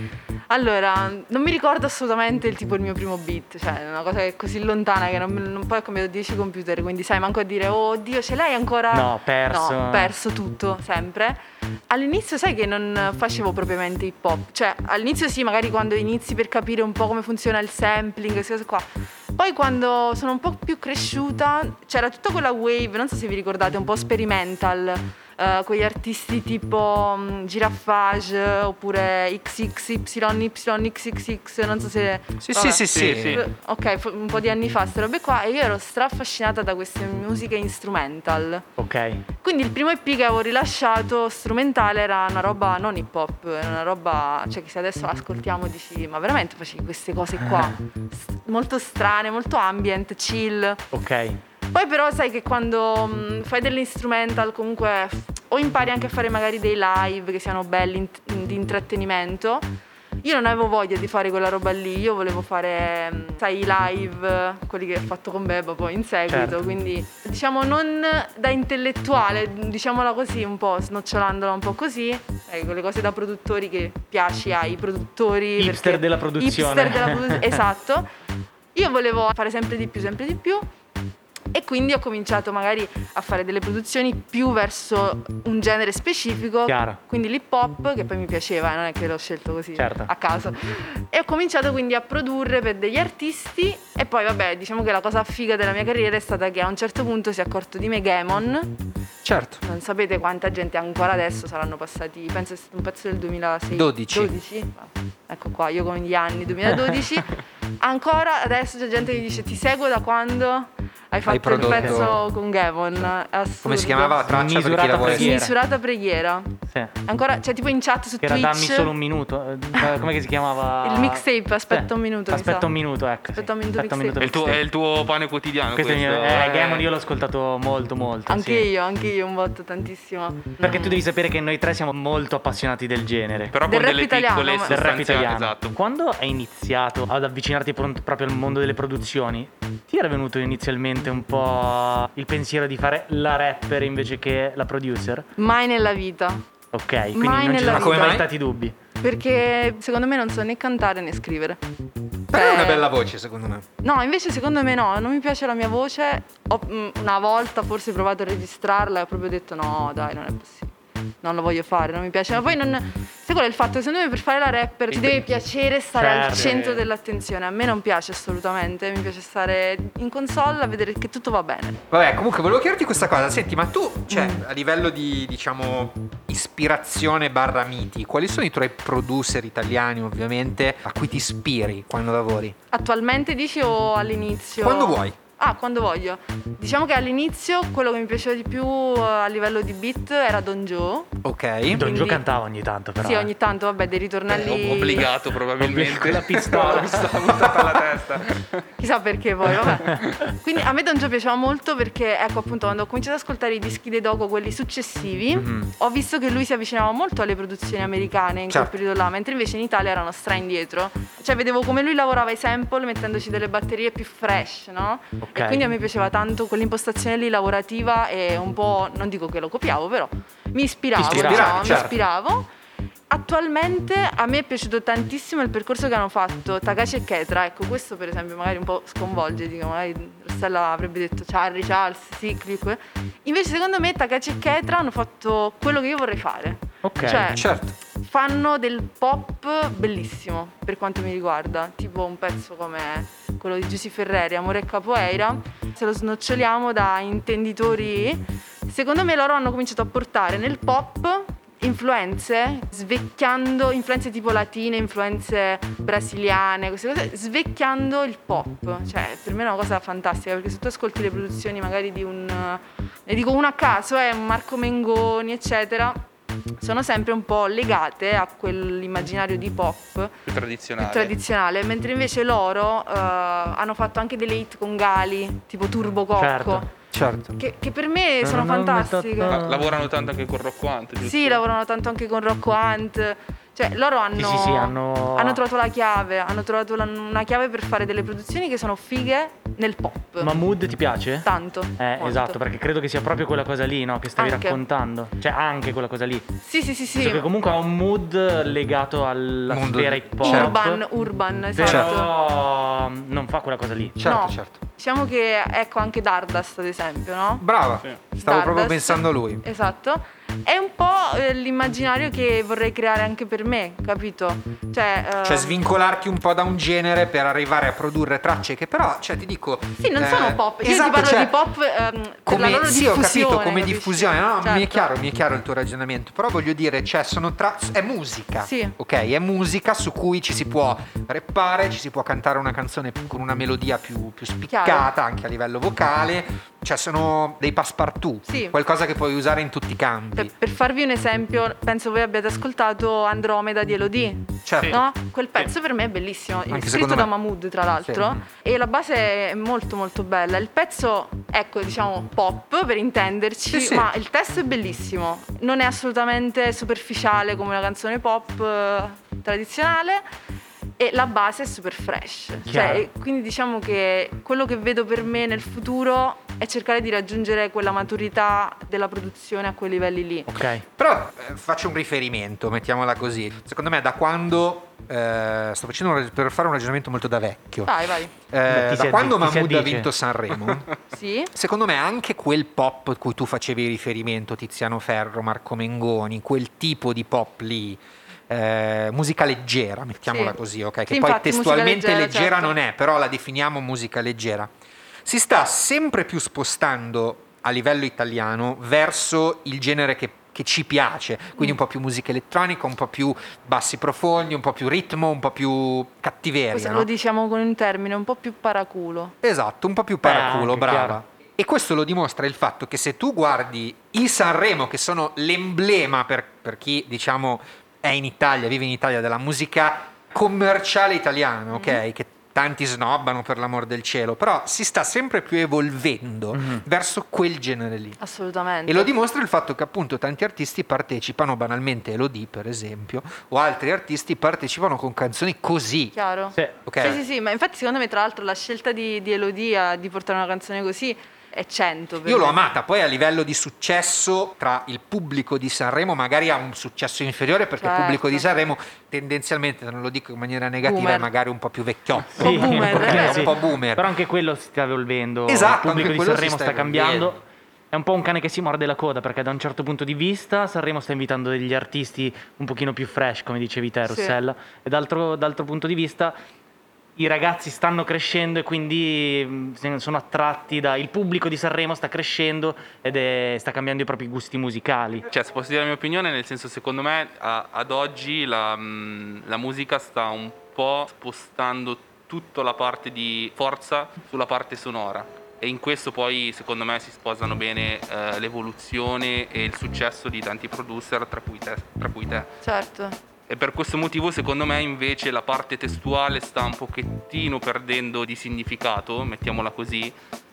[SPEAKER 4] Allora, non mi ricordo assolutamente il tipo il mio primo beat, cioè è una cosa che è così lontana che non, non poi ho cambiato dieci computer, quindi sai manco a dire oh Dio ce l'hai ancora?
[SPEAKER 5] No, perso.
[SPEAKER 4] No, perso tutto, sempre. All'inizio sai che non facevo propriamente hip hop, cioè all'inizio sì, magari quando inizi per capire un po' come funziona il sampling, queste cose qua. Poi quando sono un po' più cresciuta c'era tutta quella wave, non so se vi ricordate, un po' experimental. Uh, quegli artisti tipo um, Giraffage oppure X X Y Y X X X, non so se
[SPEAKER 3] Sì,
[SPEAKER 4] vabbè.
[SPEAKER 3] sì, sì, sì,
[SPEAKER 2] Sì, sì.
[SPEAKER 4] Ok, fo- un po' di anni fa queste robe qua e io ero straffascinata da queste musiche instrumental.
[SPEAKER 5] Ok.
[SPEAKER 4] Quindi il primo E P che avevo rilasciato strumentale era una roba non hip hop, era una roba, cioè che se adesso ascoltiamo dici ma veramente facevi queste cose qua? S- molto strane, molto ambient, chill.
[SPEAKER 5] Ok.
[SPEAKER 4] Poi però sai che quando mh, fai delle instrumental comunque f- o impari anche a fare magari dei live che siano belli in- di intrattenimento. Io non avevo voglia di fare quella roba lì, io volevo fare, mh, sai, i live, quelli che ho fatto con Beba poi in seguito,
[SPEAKER 5] Certo.
[SPEAKER 4] quindi diciamo non da intellettuale, diciamola così un po', snocciolandola un po' così, eh, quelle cose da produttori che piaci ai produttori.
[SPEAKER 5] Hipster
[SPEAKER 4] perché-
[SPEAKER 5] della produzione.
[SPEAKER 4] Hipster della produ- esatto. Io volevo fare sempre di più, sempre di più. E quindi ho cominciato magari a fare delle produzioni più verso un genere specifico.
[SPEAKER 5] Chiaro.
[SPEAKER 4] Quindi l'hip hop, che poi mi piaceva, eh, non è che l'ho scelto così
[SPEAKER 5] Certo.
[SPEAKER 4] a caso. E ho cominciato quindi a produrre per degli artisti. E poi vabbè, diciamo che la cosa figa della mia carriera è stata che a un certo punto si è accorto di me Gamon.
[SPEAKER 3] Certo.
[SPEAKER 4] Non sapete quanta gente ancora adesso saranno passati, penso sia stato un pezzo del duemilasei.
[SPEAKER 3] dodici.
[SPEAKER 4] dodici? Ecco qua, io con gli anni, duemiladodici. Ancora adesso c'è gente che dice ti seguo da quando hai fatto il
[SPEAKER 3] prodotto-
[SPEAKER 4] pezzo con Gavon. Assurdo.
[SPEAKER 3] Come si chiamava la traccia per chi
[SPEAKER 5] Misurata
[SPEAKER 3] la volesse?
[SPEAKER 5] preghiera.
[SPEAKER 4] Smisurata preghiera.
[SPEAKER 5] Sì.
[SPEAKER 4] Ancora, cioè tipo in chat su
[SPEAKER 5] Che era
[SPEAKER 4] Twitch.
[SPEAKER 5] dammi solo un minuto. Eh, Come che si chiamava?
[SPEAKER 4] Il mixtape, aspetta
[SPEAKER 5] Sì.
[SPEAKER 4] un minuto, mi
[SPEAKER 5] Aspetta
[SPEAKER 4] sa.
[SPEAKER 5] un minuto, ecco.
[SPEAKER 4] Aspetta
[SPEAKER 5] sì.
[SPEAKER 4] un minuto,
[SPEAKER 5] Aspetta un
[SPEAKER 4] mixtape.
[SPEAKER 2] È il, tuo, è il tuo pane quotidiano
[SPEAKER 5] Questo è il
[SPEAKER 2] questo.
[SPEAKER 5] mio. Eh,
[SPEAKER 2] eh.
[SPEAKER 5] Gamon io l'ho ascoltato molto, molto.
[SPEAKER 4] Anche
[SPEAKER 5] sì.
[SPEAKER 4] io, anche io un botto tantissimo.
[SPEAKER 5] Perché tu devi sapere che noi tre siamo molto appassionati del genere.
[SPEAKER 2] Però
[SPEAKER 4] Del
[SPEAKER 2] con
[SPEAKER 4] rap
[SPEAKER 2] delle
[SPEAKER 4] italiano,
[SPEAKER 2] piccole
[SPEAKER 4] ma-
[SPEAKER 5] Del rap
[SPEAKER 2] sostanziali,
[SPEAKER 5] italiano.
[SPEAKER 2] esatto.
[SPEAKER 5] Quando hai iniziato ad avvicinarti pro- proprio al mondo delle produzioni, ti era venuto inizialmente un po' il pensiero di fare la rapper invece che la producer?
[SPEAKER 4] Mai nella vita.
[SPEAKER 5] Ok, quindi
[SPEAKER 4] Mai
[SPEAKER 5] non ci
[SPEAKER 4] nella
[SPEAKER 5] sono
[SPEAKER 3] vita.
[SPEAKER 5] mai stati dubbi.
[SPEAKER 4] Perché secondo me non so né cantare né scrivere.
[SPEAKER 3] Però è
[SPEAKER 4] Cioè-
[SPEAKER 3] una bella voce, secondo me.
[SPEAKER 4] No, invece secondo me no, non mi piace la mia voce. Ho mm, una volta forse provato a registrarla e ho proprio detto no, dai, non è possibile. Non lo voglio fare, non mi piace. Ma poi non. Sai qual è il fatto? Secondo me per fare la rapper ti deve piacere stare al
[SPEAKER 5] Certo.
[SPEAKER 4] centro dell'attenzione. A me non piace assolutamente, mi piace stare in console a vedere che tutto va bene.
[SPEAKER 3] Vabbè, comunque volevo chiederti questa cosa. Senti, ma tu, cioè, a livello di, diciamo, ispirazione barra miti, quali sono i tuoi producer italiani, ovviamente, a cui ti ispiri quando lavori?
[SPEAKER 4] Attualmente dici o all'inizio?
[SPEAKER 3] Quando vuoi.
[SPEAKER 4] Ah, quando voglio. Diciamo che all'inizio quello che mi piaceva di più eh, a livello di beat era Don Joe.
[SPEAKER 3] Ok.
[SPEAKER 5] Don
[SPEAKER 4] Quindi-
[SPEAKER 5] Joe cantava ogni tanto, però.
[SPEAKER 4] Sì,
[SPEAKER 5] eh.
[SPEAKER 4] ogni tanto, vabbè, dei ritornelli.
[SPEAKER 2] Obbligato probabilmente.
[SPEAKER 5] Con la pistola.
[SPEAKER 2] La pistola buttata alla testa.
[SPEAKER 4] Chissà perché poi, vabbè. Quindi a me Don Joe piaceva molto perché, ecco, appunto, quando ho cominciato ad ascoltare i dischi dei Dogo, quelli successivi,
[SPEAKER 3] Mhm.
[SPEAKER 4] ho visto che lui si avvicinava molto alle produzioni americane in
[SPEAKER 3] Certo.
[SPEAKER 4] quel periodo là, mentre invece in Italia erano stra indietro. Cioè, vedevo come lui lavorava i sample mettendoci delle batterie più fresh, no?
[SPEAKER 5] Ok.
[SPEAKER 4] E quindi a me piaceva tanto quell'impostazione lì lavorativa e un po', non dico che lo copiavo, però mi ispiravo,
[SPEAKER 3] Ti ispiravi,
[SPEAKER 4] diciamo, mi
[SPEAKER 3] certo.
[SPEAKER 4] ispiravo. Attualmente a me è piaciuto tantissimo il percorso che hanno fatto Takashi e Ketra. Ecco, questo per esempio magari un po' sconvolge, dico, magari Rossella avrebbe detto Charlie, Charles, Cyclic. Invece secondo me Takashi e Ketra hanno fatto quello che io vorrei fare.
[SPEAKER 5] Ok.
[SPEAKER 4] Cioè,
[SPEAKER 3] Certo.
[SPEAKER 4] fanno del pop bellissimo per quanto mi riguarda, tipo un pezzo come quello di Giusy Ferreri, Amore e Capoeira. Se lo snoccioliamo da intenditori, secondo me loro hanno cominciato a portare nel pop influenze, svecchiando influenze tipo latine, influenze brasiliane, queste cose, svecchiando il pop. Cioè, per me è una cosa fantastica, perché se tu ascolti le produzioni magari di un, ne dico uno a caso, è un Marco Mengoni, eccetera, sono sempre un po' legate a quell'immaginario di pop
[SPEAKER 2] Più
[SPEAKER 4] più
[SPEAKER 2] tradizionale.
[SPEAKER 4] tradizionale, mentre invece loro eh, hanno fatto anche delle hit con Gali, tipo Turbo Cocco,
[SPEAKER 5] Certo.
[SPEAKER 3] Certo.
[SPEAKER 4] che, che per me
[SPEAKER 5] No,
[SPEAKER 4] sono
[SPEAKER 5] no, no,
[SPEAKER 4] fantastiche.
[SPEAKER 5] metà-
[SPEAKER 2] Ma lavorano tanto anche con Rocco Hunt, giusto?
[SPEAKER 4] Sì, lavorano tanto anche con Rocco Hunt. Cioè, loro hanno,
[SPEAKER 5] Sì, sì, sì, hanno-
[SPEAKER 4] hanno trovato la chiave, hanno trovato la- una chiave per fare delle produzioni che sono fighe nel pop.
[SPEAKER 5] Ma Mood ti piace?
[SPEAKER 4] Tanto.
[SPEAKER 5] Eh,
[SPEAKER 4] molto.
[SPEAKER 5] esatto, perché credo che sia proprio quella cosa lì, no? Che stavi
[SPEAKER 4] Anche.
[SPEAKER 5] raccontando. Cioè, anche quella cosa lì.
[SPEAKER 4] Sì, sì, sì, sì.
[SPEAKER 5] Perché comunque ha un mood legato alla
[SPEAKER 3] Mondo
[SPEAKER 5] sfera
[SPEAKER 3] di-
[SPEAKER 5] hip hop.
[SPEAKER 3] certo.
[SPEAKER 4] Urban, urban, esatto.
[SPEAKER 5] Però non fa quella cosa lì.
[SPEAKER 3] Certo,
[SPEAKER 4] No.
[SPEAKER 3] certo.
[SPEAKER 4] Diciamo che, ecco, anche Dardust, ad esempio, no?
[SPEAKER 3] Brava.
[SPEAKER 2] Sì.
[SPEAKER 3] Stavo proprio
[SPEAKER 4] Stardust.
[SPEAKER 3] pensando a lui.
[SPEAKER 4] Esatto. È un po' eh, l'immaginario che vorrei creare anche per me, capito? Cioè, eh,
[SPEAKER 3] Cioè svincolarti un po' da un genere per arrivare a produrre tracce che però, cioè ti dico...
[SPEAKER 4] sì, non
[SPEAKER 3] eh,
[SPEAKER 4] sono pop. Io
[SPEAKER 3] esatto,
[SPEAKER 4] ti parlo
[SPEAKER 3] cioè,
[SPEAKER 4] di pop ehm, per
[SPEAKER 3] come,
[SPEAKER 4] la loro
[SPEAKER 3] sì, ho
[SPEAKER 4] diffusione.
[SPEAKER 3] capito, come
[SPEAKER 4] capisci?
[SPEAKER 3] diffusione, no, mi è
[SPEAKER 4] Certo.
[SPEAKER 3] chiaro, mi è chiaro il tuo ragionamento, però voglio dire, cioè sono tra... è musica,
[SPEAKER 4] Sì.
[SPEAKER 3] ok? È musica su cui ci si può rappare, ci si può cantare una canzone con una melodia più, più spiccata,
[SPEAKER 4] Chiaro.
[SPEAKER 3] anche a livello vocale, cioè sono dei passepartout,
[SPEAKER 4] Sì.
[SPEAKER 3] qualcosa che puoi usare in tutti i campi.
[SPEAKER 4] Per, per farvi un esempio, penso voi abbiate ascoltato Andromeda di Elodie.
[SPEAKER 3] Certo.
[SPEAKER 4] No? Quel pezzo per me è bellissimo,
[SPEAKER 3] Anche
[SPEAKER 4] scritto
[SPEAKER 3] secondo
[SPEAKER 4] da
[SPEAKER 3] me.
[SPEAKER 4] Mahmood tra l'altro, e la base è molto molto bella. Il pezzo, ecco, diciamo pop per intenderci,
[SPEAKER 3] Sì, sì.
[SPEAKER 4] ma il testo è bellissimo. Non è assolutamente superficiale come una canzone pop eh, tradizionale e la base è super fresh.
[SPEAKER 5] Chiaro.
[SPEAKER 4] Cioè, quindi diciamo che quello che vedo per me nel futuro è cercare di raggiungere quella maturità della produzione a quei livelli lì.
[SPEAKER 5] Ok.
[SPEAKER 3] Però eh, faccio un riferimento, mettiamola così. Secondo me da quando eh, sto facendo un, rag- per fare un ragionamento molto da vecchio.
[SPEAKER 4] Vai, vai.
[SPEAKER 3] Eh,
[SPEAKER 5] Beh, chi
[SPEAKER 3] da
[SPEAKER 5] si
[SPEAKER 3] quando
[SPEAKER 5] addi- chi si
[SPEAKER 3] Mahmood ha
[SPEAKER 5] addice?
[SPEAKER 3] vinto Sanremo,
[SPEAKER 4] Sì?
[SPEAKER 3] secondo me anche quel pop a cui tu facevi riferimento, Tiziano Ferro, Marco Mengoni, quel tipo di pop lì, eh, musica leggera, mettiamola
[SPEAKER 4] Sì.
[SPEAKER 3] così, ok? Che
[SPEAKER 4] Sì,
[SPEAKER 3] poi
[SPEAKER 4] infatti, musica
[SPEAKER 3] testualmente leggera,
[SPEAKER 4] leggera, certo.
[SPEAKER 3] non è, però la definiamo musica leggera. Si sta sempre più spostando a livello italiano verso il genere che, che ci piace, quindi un po' più musica elettronica, un po' più bassi profondi, un po' più ritmo, un po' più cattiveria,
[SPEAKER 4] Questo
[SPEAKER 3] no?
[SPEAKER 4] lo diciamo con un termine un po' più paraculo.
[SPEAKER 3] Esatto, un po' più paraculo,
[SPEAKER 5] anche,
[SPEAKER 3] brava.
[SPEAKER 5] chiaro.
[SPEAKER 3] E questo lo dimostra il fatto che se tu guardi i Sanremo, che sono l'emblema per, per chi diciamo è in Italia, vive in Italia, della musica commerciale italiana, ok? Che tanti snobbano per l'amor del cielo, però si sta sempre più evolvendo verso quel genere lì.
[SPEAKER 4] Assolutamente.
[SPEAKER 3] E lo dimostra il fatto che appunto tanti artisti partecipano, banalmente Elodie per esempio, o altri artisti partecipano con canzoni così.
[SPEAKER 4] Chiaro?
[SPEAKER 5] Sì.
[SPEAKER 3] Ok?
[SPEAKER 4] Sì, sì, sì, ma infatti secondo me tra l'altro la scelta di, di Elodie di portare una canzone così è cento per
[SPEAKER 3] Io l'ho
[SPEAKER 4] me.
[SPEAKER 3] amata, poi a livello di successo tra il pubblico di Sanremo magari ha un successo inferiore perché
[SPEAKER 4] Certo.
[SPEAKER 3] il pubblico di Sanremo tendenzialmente, non lo dico in maniera negativa,
[SPEAKER 4] Boomer.
[SPEAKER 3] è magari un po' più vecchiotto,
[SPEAKER 4] Un po' boomer,
[SPEAKER 3] ok?
[SPEAKER 4] eh.
[SPEAKER 3] È
[SPEAKER 5] sì.
[SPEAKER 3] un po' boomer.
[SPEAKER 5] Però anche quello si sta evolvendo.
[SPEAKER 3] Esatto,
[SPEAKER 5] il pubblico
[SPEAKER 3] anche
[SPEAKER 5] di
[SPEAKER 3] quello si
[SPEAKER 5] Sanremo
[SPEAKER 3] sta
[SPEAKER 5] sta cambiando.
[SPEAKER 3] evolvendo.
[SPEAKER 5] È un po' un cane che si morde la coda, perché da un certo punto di vista Sanremo sta invitando degli artisti un pochino più fresh, come dicevi te,
[SPEAKER 4] Sì.
[SPEAKER 5] Rossella, e d'altro, d'altro punto di vista i ragazzi stanno crescendo e quindi mh, se- sono attratti da... Il pubblico di Sanremo sta crescendo ed è, sta cambiando i propri gusti musicali.
[SPEAKER 2] Cioè, se posso dire la mia opinione, nel senso, secondo me a- ad oggi la, mh, la musica sta un po' spostando tutta la parte di forza sulla parte sonora. E in questo poi, secondo me, si sposano bene eh, l'evoluzione e il successo di tanti producer, tra cui te. Tra cui te.
[SPEAKER 4] Certo.
[SPEAKER 2] E per questo motivo, secondo me, invece, la parte testuale sta un pochettino perdendo di significato, mettiamola così.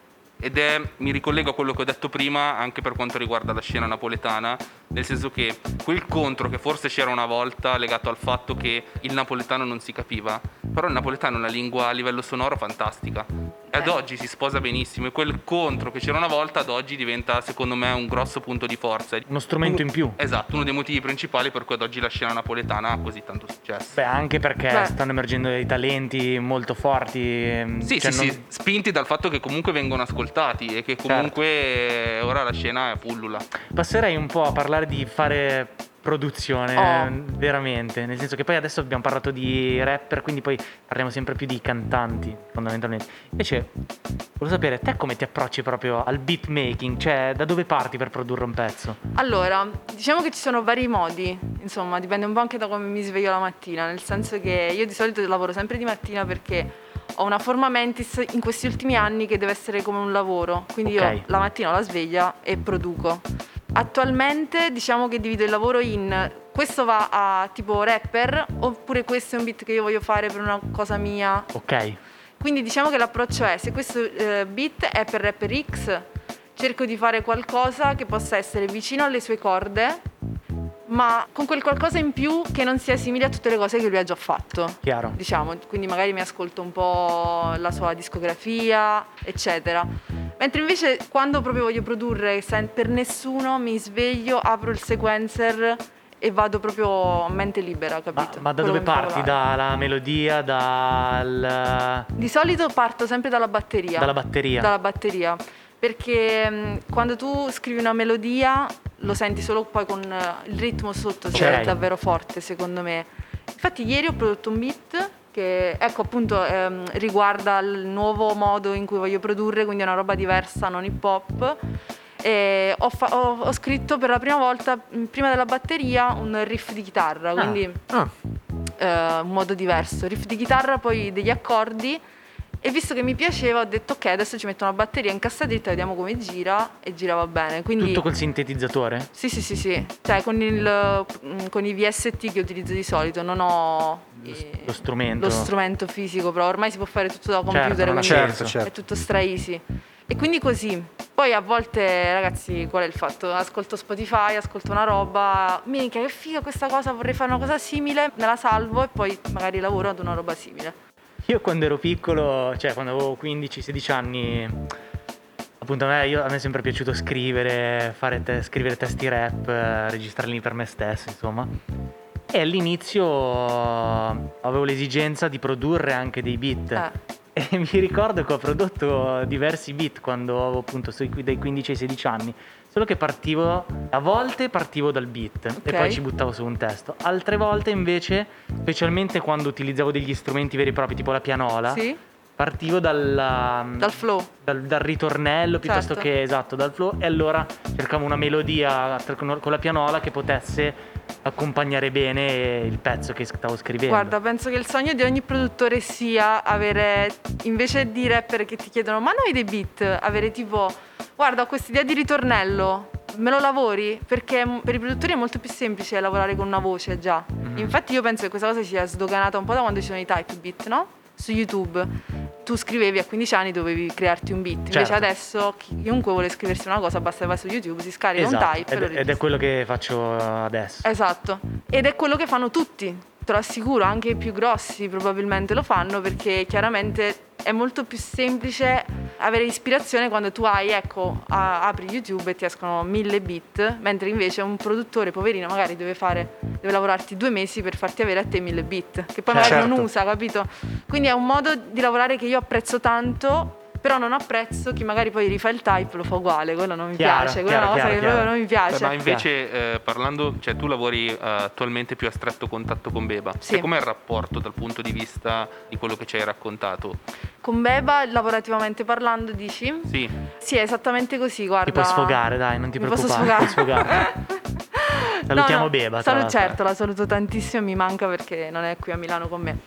[SPEAKER 2] Ed è, mi ricollego a quello che ho detto prima, anche per quanto riguarda la scena napoletana, nel senso che quel contro che forse c'era una volta legato al fatto che il napoletano non si capiva, però il napoletano è una lingua a livello sonoro fantastica. E ad
[SPEAKER 4] Eh.
[SPEAKER 2] oggi si sposa benissimo e quel contro che c'era una volta ad oggi diventa, secondo me, un grosso punto di forza.
[SPEAKER 5] Uno strumento in più.
[SPEAKER 2] Esatto, uno dei motivi principali per cui ad oggi la scena napoletana ha così tanto successo.
[SPEAKER 5] Beh, anche perché
[SPEAKER 4] Beh.
[SPEAKER 5] stanno emergendo dei talenti molto forti. ehm,
[SPEAKER 2] Sì,
[SPEAKER 5] cioè
[SPEAKER 2] sì,
[SPEAKER 5] non-
[SPEAKER 2] sì, spinti dal fatto che comunque vengono ascoltati e che comunque eh, ora la scena è pullula.
[SPEAKER 5] Passerei un po' a parlare di fare produzione,
[SPEAKER 4] Oh.
[SPEAKER 5] eh, veramente. Nel senso che poi adesso abbiamo parlato di rapper, quindi poi parliamo sempre più di cantanti, fondamentalmente. Invece, volevo sapere, te come ti approcci proprio al beat making? Cioè, da dove parti per produrre un pezzo?
[SPEAKER 4] Allora, diciamo che ci sono vari modi, insomma, dipende un po' anche da come mi sveglio la mattina, nel senso che io di solito lavoro sempre di mattina perché ho una forma mentis in questi ultimi anni che deve essere come un lavoro, quindi
[SPEAKER 5] Ok.
[SPEAKER 4] io la mattina ho la sveglia e produco. Attualmente diciamo che divido il lavoro in questo va a tipo rapper oppure questo è un beat che io voglio fare per una cosa mia.
[SPEAKER 5] Ok.
[SPEAKER 4] Quindi diciamo che l'approccio è, se questo eh, beat è per rapper X, cerco di fare qualcosa che possa essere vicino alle sue corde, ma con quel qualcosa in più che non sia simile a tutte le cose che lui ha già fatto.
[SPEAKER 5] Chiaro.
[SPEAKER 4] Diciamo, quindi magari mi ascolto un po' la sua discografia, eccetera. Mentre invece quando proprio voglio produrre sen- per nessuno, mi sveglio, apro il sequencer e vado proprio a mente libera,
[SPEAKER 5] Ma,
[SPEAKER 4] capito?
[SPEAKER 5] ma da
[SPEAKER 4] Quello
[SPEAKER 5] dove
[SPEAKER 4] che mi fa
[SPEAKER 5] parti?
[SPEAKER 4] volare.
[SPEAKER 5] Dalla melodia, dal...
[SPEAKER 4] Di solito parto sempre dalla batteria.
[SPEAKER 5] dalla batteria?
[SPEAKER 4] Dalla batteria. Perché mh, quando tu scrivi una melodia lo senti solo poi con eh, il ritmo sotto, se
[SPEAKER 5] Ok.
[SPEAKER 4] è davvero forte, secondo me. Infatti ieri ho prodotto un beat che, ecco, appunto ehm, riguarda il nuovo modo in cui voglio produrre, quindi è una roba diversa, non hip hop. E ho, fa- ho- ho scritto per la prima volta, mh, prima della batteria, un riff di chitarra, quindi
[SPEAKER 3] Ah,
[SPEAKER 4] eh, un modo diverso. Riff di chitarra, poi degli accordi. E visto che mi piaceva ho detto ok, adesso ci metto una batteria incassatritta, vediamo come gira, e girava bene. Quindi
[SPEAKER 5] Tutto col sintetizzatore?
[SPEAKER 4] sì, sì, sì, sì. Cioè con, il, mm, con i V S T che utilizzo di solito, non ho eh,
[SPEAKER 5] Lo strumento?
[SPEAKER 4] lo strumento fisico, però ormai si può fare tutto da computer,
[SPEAKER 5] Certo, non ha
[SPEAKER 4] quindi
[SPEAKER 3] certo,
[SPEAKER 5] senso.
[SPEAKER 3] certo.
[SPEAKER 4] è tutto stra easy. E quindi così. Poi a volte, ragazzi, qual è il fatto? Ascolto Spotify, ascolto una roba, minchia che figa questa cosa, vorrei fare una cosa simile, me la salvo e poi magari lavoro ad una roba simile.
[SPEAKER 5] Io quando ero piccolo, cioè quando avevo quindici sedici anni, appunto a me, io- a me è sempre piaciuto scrivere, fare te- scrivere testi rap, eh, registrarli per me stesso, insomma. E all'inizio avevo l'esigenza di produrre anche dei beat.
[SPEAKER 4] Eh.
[SPEAKER 5] E mi ricordo che ho prodotto diversi beat quando avevo appunto sui- dai quindici ai sedici anni. Solo che partivo, a volte partivo dal beat e
[SPEAKER 4] Ok.
[SPEAKER 5] poi ci buttavo su un testo. Altre volte invece, specialmente quando utilizzavo degli strumenti veri e propri, tipo la pianola,
[SPEAKER 4] Sì?
[SPEAKER 5] partivo dalla,
[SPEAKER 4] Dal flow.
[SPEAKER 5] dal, dal ritornello piuttosto
[SPEAKER 4] Certo.
[SPEAKER 5] che esatto, dal flow. E allora cercavo una melodia tra- con con la pianola che potesse accompagnare bene il pezzo che stavo scrivendo.
[SPEAKER 4] Guarda, penso che il sogno di ogni produttore sia avere, invece di rapper che ti chiedono ma noi dei beat, avere tipo, guarda ho quest'idea di ritornello, me lo lavori? Perché m- per i produttori è molto più semplice lavorare con una voce già.
[SPEAKER 5] Mhm.
[SPEAKER 4] Infatti io penso che questa cosa sia sdoganata un po' da quando ci sono i type beat, no? Su YouTube. Tu scrivevi a quindici anni, dovevi crearti un beat. Invece
[SPEAKER 5] Certo.
[SPEAKER 4] adesso chiunque vuole scriversi una cosa basta che va su YouTube, si scarica
[SPEAKER 5] Esatto,
[SPEAKER 4] un type e
[SPEAKER 5] ed,
[SPEAKER 4] lo
[SPEAKER 5] ed è
[SPEAKER 4] registra.
[SPEAKER 5] quello che faccio adesso.
[SPEAKER 4] Esatto, ed è quello che fanno tutti, te lo assicuro, anche i più grossi probabilmente lo fanno perché chiaramente è molto più semplice avere ispirazione quando tu hai, ecco, a- apri YouTube e ti escono mille beat, mentre invece un produttore poverino magari deve fare, deve lavorarti due mesi per farti avere a te mille beat, che poi magari
[SPEAKER 3] Certo.
[SPEAKER 4] non usa, capito? Quindi è un modo di lavorare che io apprezzo tanto, però non apprezzo chi magari poi rifà il type, lo fa uguale, quello non mi
[SPEAKER 5] Chiaro,
[SPEAKER 4] piace, quella
[SPEAKER 5] chiaro,
[SPEAKER 4] è una cosa
[SPEAKER 5] chiaro,
[SPEAKER 4] che proprio
[SPEAKER 5] chiaro.
[SPEAKER 4] non mi piace.
[SPEAKER 2] Ma invece eh, parlando, cioè tu lavori eh, attualmente più a stretto contatto con Beba.
[SPEAKER 4] Sì.
[SPEAKER 2] E com'è il rapporto dal punto di vista di quello che ci hai raccontato?
[SPEAKER 4] Con Beba, lavorativamente parlando, dici?
[SPEAKER 2] Sì.
[SPEAKER 4] Sì, è esattamente così, guarda.
[SPEAKER 5] Ti puoi sfogare, dai, non ti
[SPEAKER 4] Mi posso
[SPEAKER 5] preoccupare,
[SPEAKER 4] sfogare?
[SPEAKER 5] puoi sfogare. Salutiamo
[SPEAKER 4] No, no,
[SPEAKER 5] Beba, tra
[SPEAKER 4] salu-
[SPEAKER 5] l'altro.
[SPEAKER 4] certo, la saluto tantissimo, mi manca perché non è qui a Milano con me.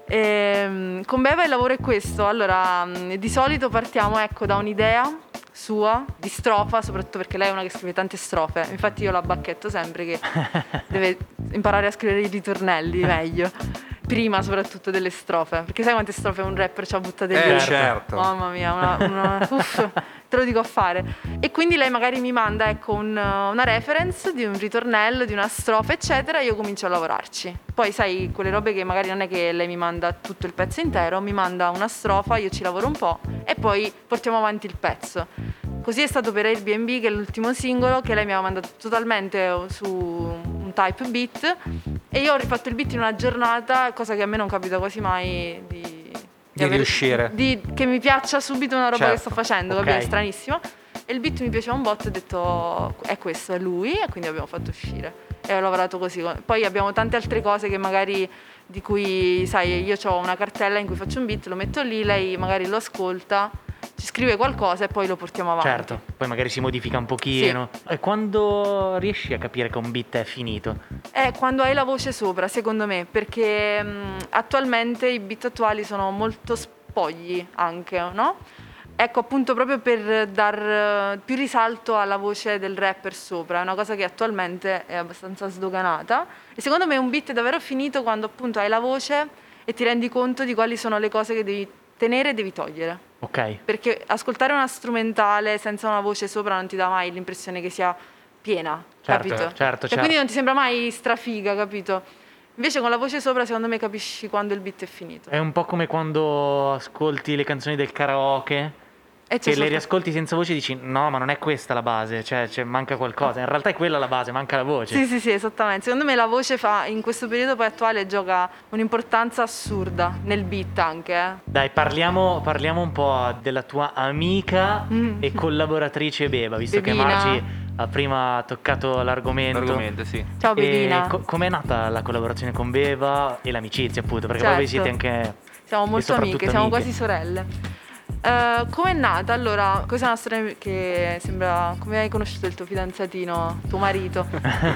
[SPEAKER 4] Ehm, con Beba il lavoro è questo. Allora, mh, di solito partiamo, ecco, da un'idea sua di strofa, soprattutto perché lei è una che scrive tante strofe. Infatti io la bacchetto sempre che deve imparare a scrivere i ritornelli meglio. Prima soprattutto delle strofe, perché sai quante strofe un rapper ci ha buttate
[SPEAKER 3] Eh,
[SPEAKER 4] lì?
[SPEAKER 3] certo.
[SPEAKER 4] Mamma mia, una, una- uff, te lo dico a fare. E quindi lei magari mi manda, ecco, un- una reference di un ritornello, di una strofa, eccetera, e io comincio a lavorarci. Poi sai, quelle robe che magari non è che lei mi manda tutto il pezzo intero, mi manda una strofa, io ci lavoro un po' e poi portiamo avanti il pezzo. Così è stato per Airbnb, che è l'ultimo singolo, che lei mi aveva mandato totalmente su un type beat e io ho rifatto il beat in una giornata, cosa che a me non capita quasi mai di,
[SPEAKER 3] Di
[SPEAKER 4] avere-
[SPEAKER 3] riuscire.
[SPEAKER 4] di- che mi piaccia subito una roba
[SPEAKER 3] Certo.
[SPEAKER 4] che sto facendo,
[SPEAKER 5] Ok.
[SPEAKER 4] capito? È stranissimo. E il beat mi piaceva un botto e ho detto è questo, è lui, e quindi abbiamo fatto uscire. E ho lavorato così. Poi abbiamo tante altre cose che magari di cui, sai, io ho una cartella in cui faccio un beat, lo metto lì, lei magari lo ascolta, ci scrive qualcosa e poi lo portiamo avanti.
[SPEAKER 5] Certo, poi magari si modifica un pochino. E quando riesci a capire che un beat è finito?
[SPEAKER 4] È quando hai la voce sopra, secondo me, perché mh, attualmente i beat attuali sono molto spogli anche, no? Ecco, appunto, proprio per dar eh, più risalto alla voce del rapper sopra, è una cosa che attualmente è abbastanza sdoganata. E secondo me un beat è davvero finito quando appunto hai la voce e ti rendi conto di quali sono le cose che devi tenere e devi togliere.
[SPEAKER 5] Ok.
[SPEAKER 4] Perché ascoltare una strumentale senza una voce sopra non ti dà mai l'impressione che sia piena,
[SPEAKER 5] Certo,
[SPEAKER 4] capito?
[SPEAKER 5] certo,
[SPEAKER 4] Cioè,
[SPEAKER 5] certo.
[SPEAKER 4] quindi non ti sembra mai strafiga, capito? Invece con la voce sopra secondo me capisci quando il beat è finito.
[SPEAKER 5] È un po' come quando ascolti le canzoni del karaoke,
[SPEAKER 4] E c'è
[SPEAKER 5] che le
[SPEAKER 4] sopra-
[SPEAKER 5] riascolti senza voce e dici no, ma non è questa la base, cioè, cioè, manca qualcosa. In realtà è quella la base, manca la voce.
[SPEAKER 4] Sì, sì, sì, esattamente. Secondo me la voce fa, in questo periodo poi attuale, gioca un'importanza assurda nel beat anche, eh.
[SPEAKER 5] Dai, parliamo, parliamo un po' della tua amica
[SPEAKER 4] Mm.
[SPEAKER 5] e collaboratrice Beba, visto
[SPEAKER 4] Bebina.
[SPEAKER 5] che Margi ha prima toccato l'argomento.
[SPEAKER 2] L'argomento, sì.
[SPEAKER 4] Ciao
[SPEAKER 5] E
[SPEAKER 4] Bebina.
[SPEAKER 5] co- com'è nata la collaborazione con Beba e l'amicizia, appunto? Perché poi voi
[SPEAKER 4] Certo.
[SPEAKER 5] siete anche...
[SPEAKER 4] Siamo
[SPEAKER 5] e
[SPEAKER 4] molto
[SPEAKER 5] soprattutto
[SPEAKER 4] amiche, siamo
[SPEAKER 5] amiche.
[SPEAKER 4] quasi sorelle. Eh, come è nata? Allora, questa è una storia che sembra come hai conosciuto il tuo fidanzatino, tuo marito.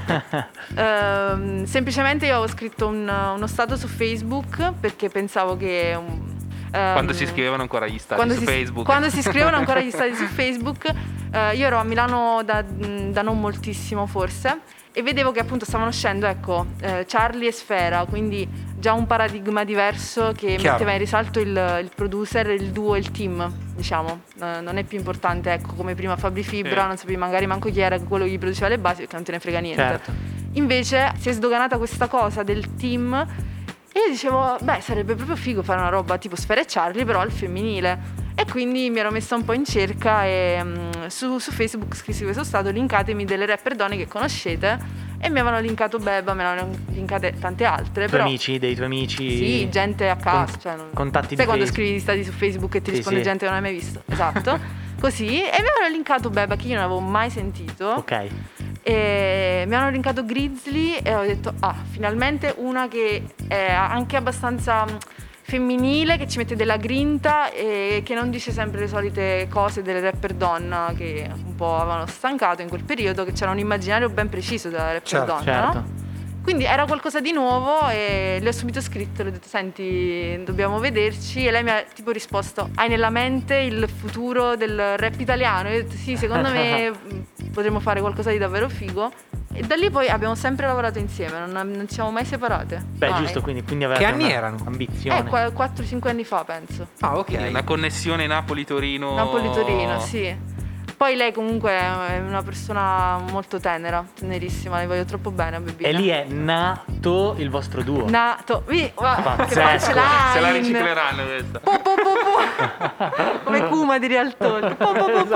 [SPEAKER 4] Ehm, semplicemente io avevo scritto un- uno stato su Facebook perché pensavo che um, ehm,
[SPEAKER 2] Quando si scrivevano ancora gli stati
[SPEAKER 4] quando
[SPEAKER 2] su
[SPEAKER 4] si-
[SPEAKER 2] Facebook.
[SPEAKER 4] Quando si scrivevano ancora gli stati su Facebook, eh, io ero a Milano da, da non moltissimo forse e vedevo che appunto stavano uscendo, ecco, eh, Charlie e Sfera, quindi già un paradigma diverso che
[SPEAKER 3] Chiaro.
[SPEAKER 4] metteva in risalto il, il producer, il duo, il team, diciamo. Eh, non è più importante, ecco, come prima Fabri Fibra,
[SPEAKER 2] Sì.
[SPEAKER 4] non sapevi magari manco chi era quello che gli produceva le basi perché non te ne frega niente.
[SPEAKER 5] Certo.
[SPEAKER 4] Invece si è sdoganata questa cosa del team e io dicevo, beh, sarebbe proprio figo fare una roba tipo Sfera e Charlie, però al femminile. E quindi mi ero messa un po' in cerca e mm, su, su Facebook scrissi questo stato, linkatemi delle rapper donne che conoscete, e mi avevano linkato Beba, me ne avevano linkate tante altre.
[SPEAKER 5] I tuoi
[SPEAKER 4] però,
[SPEAKER 5] amici, dei tuoi amici?
[SPEAKER 4] Sì, gente a caso.
[SPEAKER 5] Con-
[SPEAKER 4] cioè, non-
[SPEAKER 5] contatti
[SPEAKER 4] sai
[SPEAKER 5] di
[SPEAKER 4] quando
[SPEAKER 5] Facebook.
[SPEAKER 4] scrivi gli stati su Facebook e ti
[SPEAKER 5] Sì,
[SPEAKER 4] risponde
[SPEAKER 5] sì.
[SPEAKER 4] gente che non hai mai visto? Esatto. Così. E mi avevano linkato Beba, che io non avevo mai sentito.
[SPEAKER 5] Ok.
[SPEAKER 4] E mi hanno linkato Grizzly e ho detto, ah, finalmente una che è anche abbastanza mh, femminile, che ci mette della grinta e che non dice sempre le solite cose delle rapper donna che un po' avevano stancato in quel periodo, che c'era un immaginario ben preciso della rapper
[SPEAKER 3] Certo,
[SPEAKER 4] donna,
[SPEAKER 5] certo.
[SPEAKER 4] no? Quindi era qualcosa di nuovo e le ho subito scritto, le ho detto senti, dobbiamo vederci, e lei mi ha tipo risposto, hai nella mente il futuro del rap italiano? E io ho detto sì, secondo me mh, potremmo fare qualcosa di davvero figo, e da lì poi abbiamo sempre lavorato insieme, non, non ci siamo mai separate.
[SPEAKER 5] Beh,
[SPEAKER 4] mai.
[SPEAKER 5] giusto, quindi, quindi avevate
[SPEAKER 3] Che anni
[SPEAKER 5] una
[SPEAKER 3] erano?
[SPEAKER 5] ambizione.
[SPEAKER 4] Eh, qua- quattro cinque anni fa penso.
[SPEAKER 3] Ah, ok.
[SPEAKER 2] Quindi una connessione Napoli-Torino.
[SPEAKER 4] Napoli-Torino, sì. Poi lei comunque è una persona molto tenera, tenerissima, le voglio troppo bene a Bebina.
[SPEAKER 5] E lì è nato il vostro duo.
[SPEAKER 4] Nato, vi, guarda, che
[SPEAKER 5] Pazzesco.
[SPEAKER 4] punchline.
[SPEAKER 2] Se la ricicleranno questa.
[SPEAKER 4] Po, po, po, po. Come come Kuma di Real Talk. Po, po, po,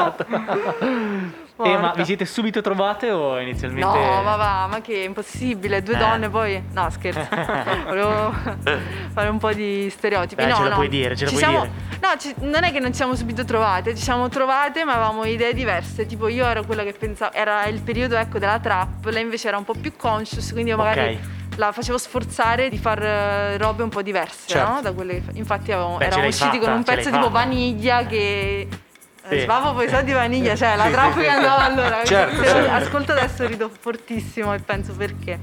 [SPEAKER 4] po.
[SPEAKER 5] Eh, ma
[SPEAKER 4] Morta.
[SPEAKER 5] vi siete subito trovate o inizialmente?
[SPEAKER 4] No, ma va, ma che è impossibile, due
[SPEAKER 5] Eh.
[SPEAKER 4] donne poi. No, scherzo. Volevo fare un po' di stereotipi.
[SPEAKER 5] Dai,
[SPEAKER 4] no,
[SPEAKER 5] ce la
[SPEAKER 4] no.
[SPEAKER 5] puoi dire, ce la
[SPEAKER 4] Ci
[SPEAKER 5] puoi
[SPEAKER 4] siamo...
[SPEAKER 5] dire.
[SPEAKER 4] No, ci- non è che non ci siamo subito trovate, ci siamo trovate, ma avevamo idee diverse. Tipo, io ero quella che pensavo, era il periodo, ecco, della trap, lei invece era un po' più conscious, quindi io magari
[SPEAKER 5] Ok.
[SPEAKER 4] la facevo sforzare di far eh, robe un po' diverse,
[SPEAKER 3] Certo.
[SPEAKER 4] no? Da quelle che fa- Infatti avevamo,
[SPEAKER 5] Beh, ce
[SPEAKER 4] eravamo
[SPEAKER 5] l'hai
[SPEAKER 4] usciti
[SPEAKER 5] fatta,
[SPEAKER 4] con un
[SPEAKER 5] ce l'hai
[SPEAKER 4] pezzo tipo
[SPEAKER 5] fatta.
[SPEAKER 4] Vaniglia che...
[SPEAKER 5] Sì.
[SPEAKER 4] Svavo poi so di Vaniglia, cioè la trap che andava allora.
[SPEAKER 3] Certo,
[SPEAKER 4] Se
[SPEAKER 3] certo.
[SPEAKER 4] ascolto adesso rido fortissimo e penso perché.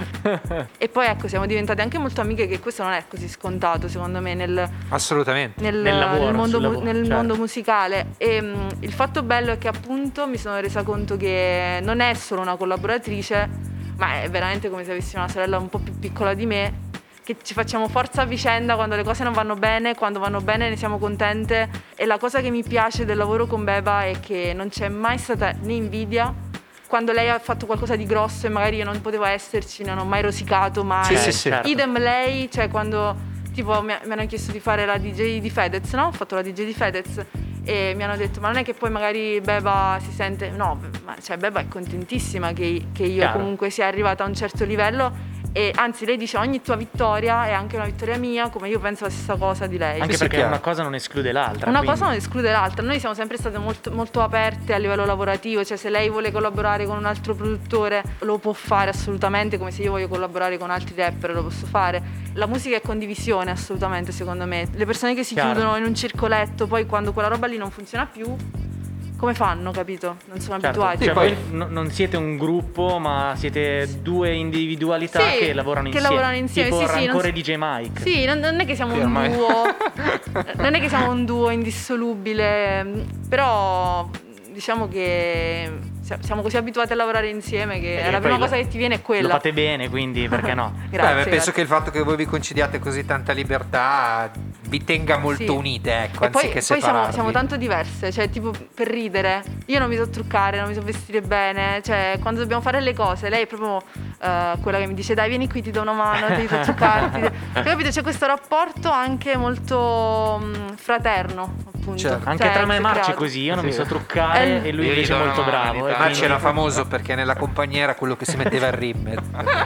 [SPEAKER 4] E poi ecco, siamo diventate anche molto amiche, che questo non è così scontato secondo me nel,
[SPEAKER 3] Assolutamente.
[SPEAKER 4] nel,
[SPEAKER 5] Nel lavoro,
[SPEAKER 4] nel mondo,
[SPEAKER 5] sul
[SPEAKER 4] mu-
[SPEAKER 5] lavoro,
[SPEAKER 4] nel
[SPEAKER 5] certo.
[SPEAKER 4] mondo musicale. E mh, il fatto bello è che appunto mi sono resa conto che non è solo una collaboratrice, ma è veramente come se avessi una sorella un po' più piccola di me, che ci facciamo forza a vicenda quando le cose non vanno bene, quando vanno bene ne siamo contente. E la cosa che mi piace del lavoro con Beba è che non c'è mai stata né invidia. Quando lei ha fatto qualcosa di grosso e magari io non potevo esserci, non ho mai rosicato mai.
[SPEAKER 3] Sì, sì, sì.
[SPEAKER 5] certo.
[SPEAKER 4] Idem lei, cioè quando tipo mi, mi hanno chiesto di fare la D J di Fedez, no? Ho fatto la D J di Fedez e mi hanno detto ma non è che poi magari Beba si sente... No, ma cioè Beba è contentissima che, che io
[SPEAKER 5] Chiaro.
[SPEAKER 4] comunque sia arrivata a un certo livello. E anzi lei dice ogni tua vittoria è anche una vittoria mia, come io penso la stessa cosa di lei.
[SPEAKER 5] Anche
[SPEAKER 3] Sì, sì,
[SPEAKER 5] perché
[SPEAKER 3] chiaro.
[SPEAKER 5] una cosa non esclude l'altra.
[SPEAKER 4] Una
[SPEAKER 5] quindi-
[SPEAKER 4] cosa non esclude l'altra, noi siamo sempre state molto, molto aperte a livello lavorativo, cioè se lei vuole collaborare con un altro produttore lo può fare assolutamente, come se io voglio collaborare con altri rapper lo posso fare. La musica è condivisione assolutamente secondo me, le persone che si
[SPEAKER 5] Chiaro.
[SPEAKER 4] chiudono in un circoletto, poi quando quella roba lì non funziona più, come fanno, capito? Non sono
[SPEAKER 5] Certo.
[SPEAKER 4] abituati.
[SPEAKER 5] Cioè,
[SPEAKER 3] poi-
[SPEAKER 5] voi no- non siete un gruppo, ma siete due individualità
[SPEAKER 4] Sì,
[SPEAKER 5] che lavorano
[SPEAKER 4] che
[SPEAKER 5] insieme.
[SPEAKER 4] lavorano insieme,
[SPEAKER 5] Tipo
[SPEAKER 4] sì, sì, non
[SPEAKER 5] Rancore
[SPEAKER 4] s-
[SPEAKER 5] e D J Mike.
[SPEAKER 4] Sì, non, non è che siamo
[SPEAKER 2] Sì,
[SPEAKER 4] un
[SPEAKER 2] ormai-
[SPEAKER 4] duo, non è che siamo un duo indissolubile, però diciamo che sia- siamo così abituati a lavorare insieme che
[SPEAKER 5] E
[SPEAKER 4] la
[SPEAKER 5] poi
[SPEAKER 4] prima
[SPEAKER 5] lo-
[SPEAKER 4] cosa che ti viene è
[SPEAKER 5] Lo
[SPEAKER 4] quella.
[SPEAKER 5] fate bene, quindi perché no?
[SPEAKER 4] Grazie,
[SPEAKER 3] Beh, penso
[SPEAKER 4] grazie.
[SPEAKER 3] che il fatto che voi vi concediate così tanta libertà vi tenga molto
[SPEAKER 4] Sì.
[SPEAKER 3] unite, ecco,
[SPEAKER 4] E poi,
[SPEAKER 3] anziché
[SPEAKER 4] poi siamo,
[SPEAKER 3] separarvi.
[SPEAKER 4] siamo tanto diverse, cioè tipo per ridere, io non mi so truccare, non mi so vestire bene, cioè quando dobbiamo fare le cose, lei è proprio eh, quella che mi dice dai vieni qui ti do una mano, ti so truccarti, Hai capito? C'è questo rapporto anche molto mh, fraterno appunto.
[SPEAKER 3] Certo.
[SPEAKER 5] Anche
[SPEAKER 4] Cioè,
[SPEAKER 5] tra me e
[SPEAKER 4] si è
[SPEAKER 5] Marci è
[SPEAKER 4] creato.
[SPEAKER 5] così, io non
[SPEAKER 2] Sì.
[SPEAKER 5] mi so truccare
[SPEAKER 4] Eh,
[SPEAKER 5] e lui
[SPEAKER 2] io gli
[SPEAKER 5] invece è
[SPEAKER 2] do
[SPEAKER 5] molto
[SPEAKER 2] una mano
[SPEAKER 5] bravo.
[SPEAKER 2] ogni
[SPEAKER 5] e
[SPEAKER 2] tanto.
[SPEAKER 3] Marci
[SPEAKER 5] quindi-
[SPEAKER 3] era famoso perché nella compagnia era quello che si metteva il rimmed.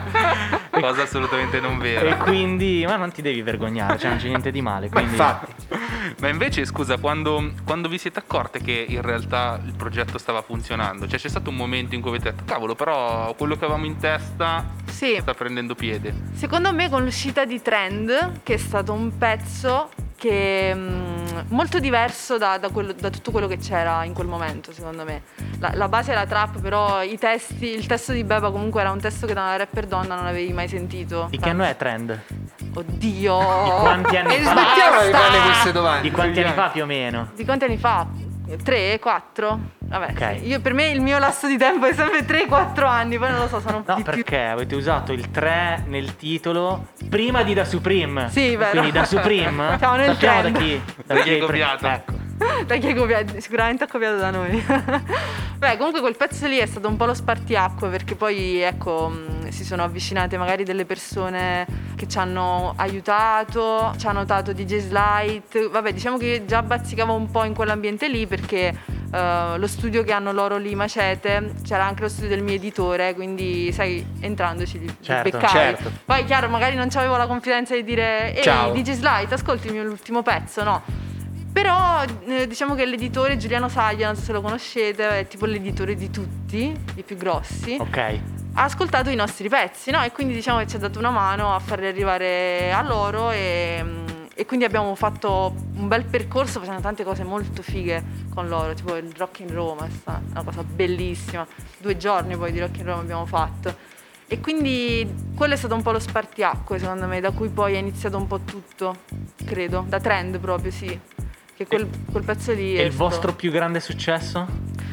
[SPEAKER 2] Cosa assolutamente non
[SPEAKER 5] E
[SPEAKER 2] vera.
[SPEAKER 5] quindi, ma non ti devi vergognare, cioè non c'è niente di male.
[SPEAKER 3] Ma
[SPEAKER 5] Quindi...
[SPEAKER 3] infatti,
[SPEAKER 2] Ma invece, scusa, quando, quando vi siete accorte che in realtà il progetto stava funzionando? Cioè c'è stato un momento in cui avete detto, cavolo, però quello che avevamo in testa
[SPEAKER 4] Sì.
[SPEAKER 2] sta prendendo piede.
[SPEAKER 4] Secondo me con l'uscita di Trend, che è stato un pezzo che mh, molto diverso da, da quello- da tutto quello che c'era in quel momento, secondo me. La, la base era trap, però i testi, il testo di Beba comunque era un testo che da una rapper donna non avevi mai sentito.
[SPEAKER 5] Di che anno è Trend?
[SPEAKER 4] Oddio!
[SPEAKER 5] Di quanti anni
[SPEAKER 4] E
[SPEAKER 5] fa?
[SPEAKER 3] smettiamo di
[SPEAKER 4] basta!
[SPEAKER 3] fare queste domande.
[SPEAKER 5] Di quanti anni fa più o meno?
[SPEAKER 4] Di quanti anni fa? tre, quattro? Vabbè,
[SPEAKER 5] Ok.
[SPEAKER 4] sì. Io, per me il mio lasso di tempo è sempre tre quattro anni, poi non lo so, sono un po'
[SPEAKER 5] No,
[SPEAKER 4] di più.
[SPEAKER 5] perché avete usato il tre nel titolo prima di Da Supreme.
[SPEAKER 4] Sì, vero.
[SPEAKER 5] Quindi Da Supreme
[SPEAKER 4] Siamo nel
[SPEAKER 5] sappiamo
[SPEAKER 4] trend.
[SPEAKER 5] da chi,
[SPEAKER 2] Da chi
[SPEAKER 5] hai
[SPEAKER 2] hai
[SPEAKER 5] pre-
[SPEAKER 2] copiato.
[SPEAKER 5] Ecco.
[SPEAKER 4] Da chi è copiato? Sicuramente ha copiato da noi. Beh, comunque quel pezzo lì è stato un po' lo spartiacque, perché poi ecco mh, si sono avvicinate magari delle persone che ci hanno aiutato, ci hanno dato D J Slide. Vabbè, diciamo che già bazzicavo un po' in quell'ambiente lì perché eh, lo studio che hanno loro lì, Macete, c'era anche lo studio del mio editore, quindi sai, entrandoci li, li
[SPEAKER 5] Certo,
[SPEAKER 4] beccavi.
[SPEAKER 3] certo.
[SPEAKER 4] Poi chiaro, magari non avevo la confidenza di dire ehi
[SPEAKER 3] Ciao.
[SPEAKER 4] D J Slide, ascolti il mio ultimo pezzo, no? Però eh, diciamo che l'editore Giuliano Saglia, non so se lo conoscete, è tipo l'editore di tutti, i più grossi,
[SPEAKER 5] Ok.
[SPEAKER 4] ha ascoltato i nostri pezzi, no? E quindi diciamo che ci ha dato una mano a farli arrivare a loro e, e quindi abbiamo fatto un bel percorso facendo tante cose molto fighe con loro, tipo il Rock in Roma, è stata una cosa bellissima, due giorni poi di Rock in Roma abbiamo fatto. E quindi quello è stato un po' lo spartiacque secondo me, da cui poi è iniziato un po' tutto, credo, da Trend proprio, sì. Che quel, quel pezzo lì
[SPEAKER 5] E
[SPEAKER 4] è
[SPEAKER 5] il
[SPEAKER 4] stato-
[SPEAKER 5] vostro più grande successo?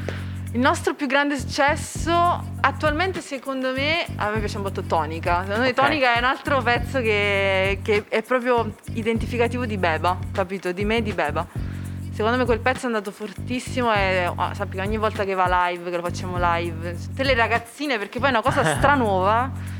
[SPEAKER 4] Il nostro più grande successo attualmente secondo me, a me piace un botto Tonica. Secondo me
[SPEAKER 5] Ok.
[SPEAKER 4] Tonica è un altro pezzo che, che è proprio identificativo di Beba, capito? Di me e di Beba. Secondo me quel pezzo è andato fortissimo e oh, sappi che ogni volta che va live, che lo facciamo live, tutte le ragazzine, perché poi è una cosa stranuova,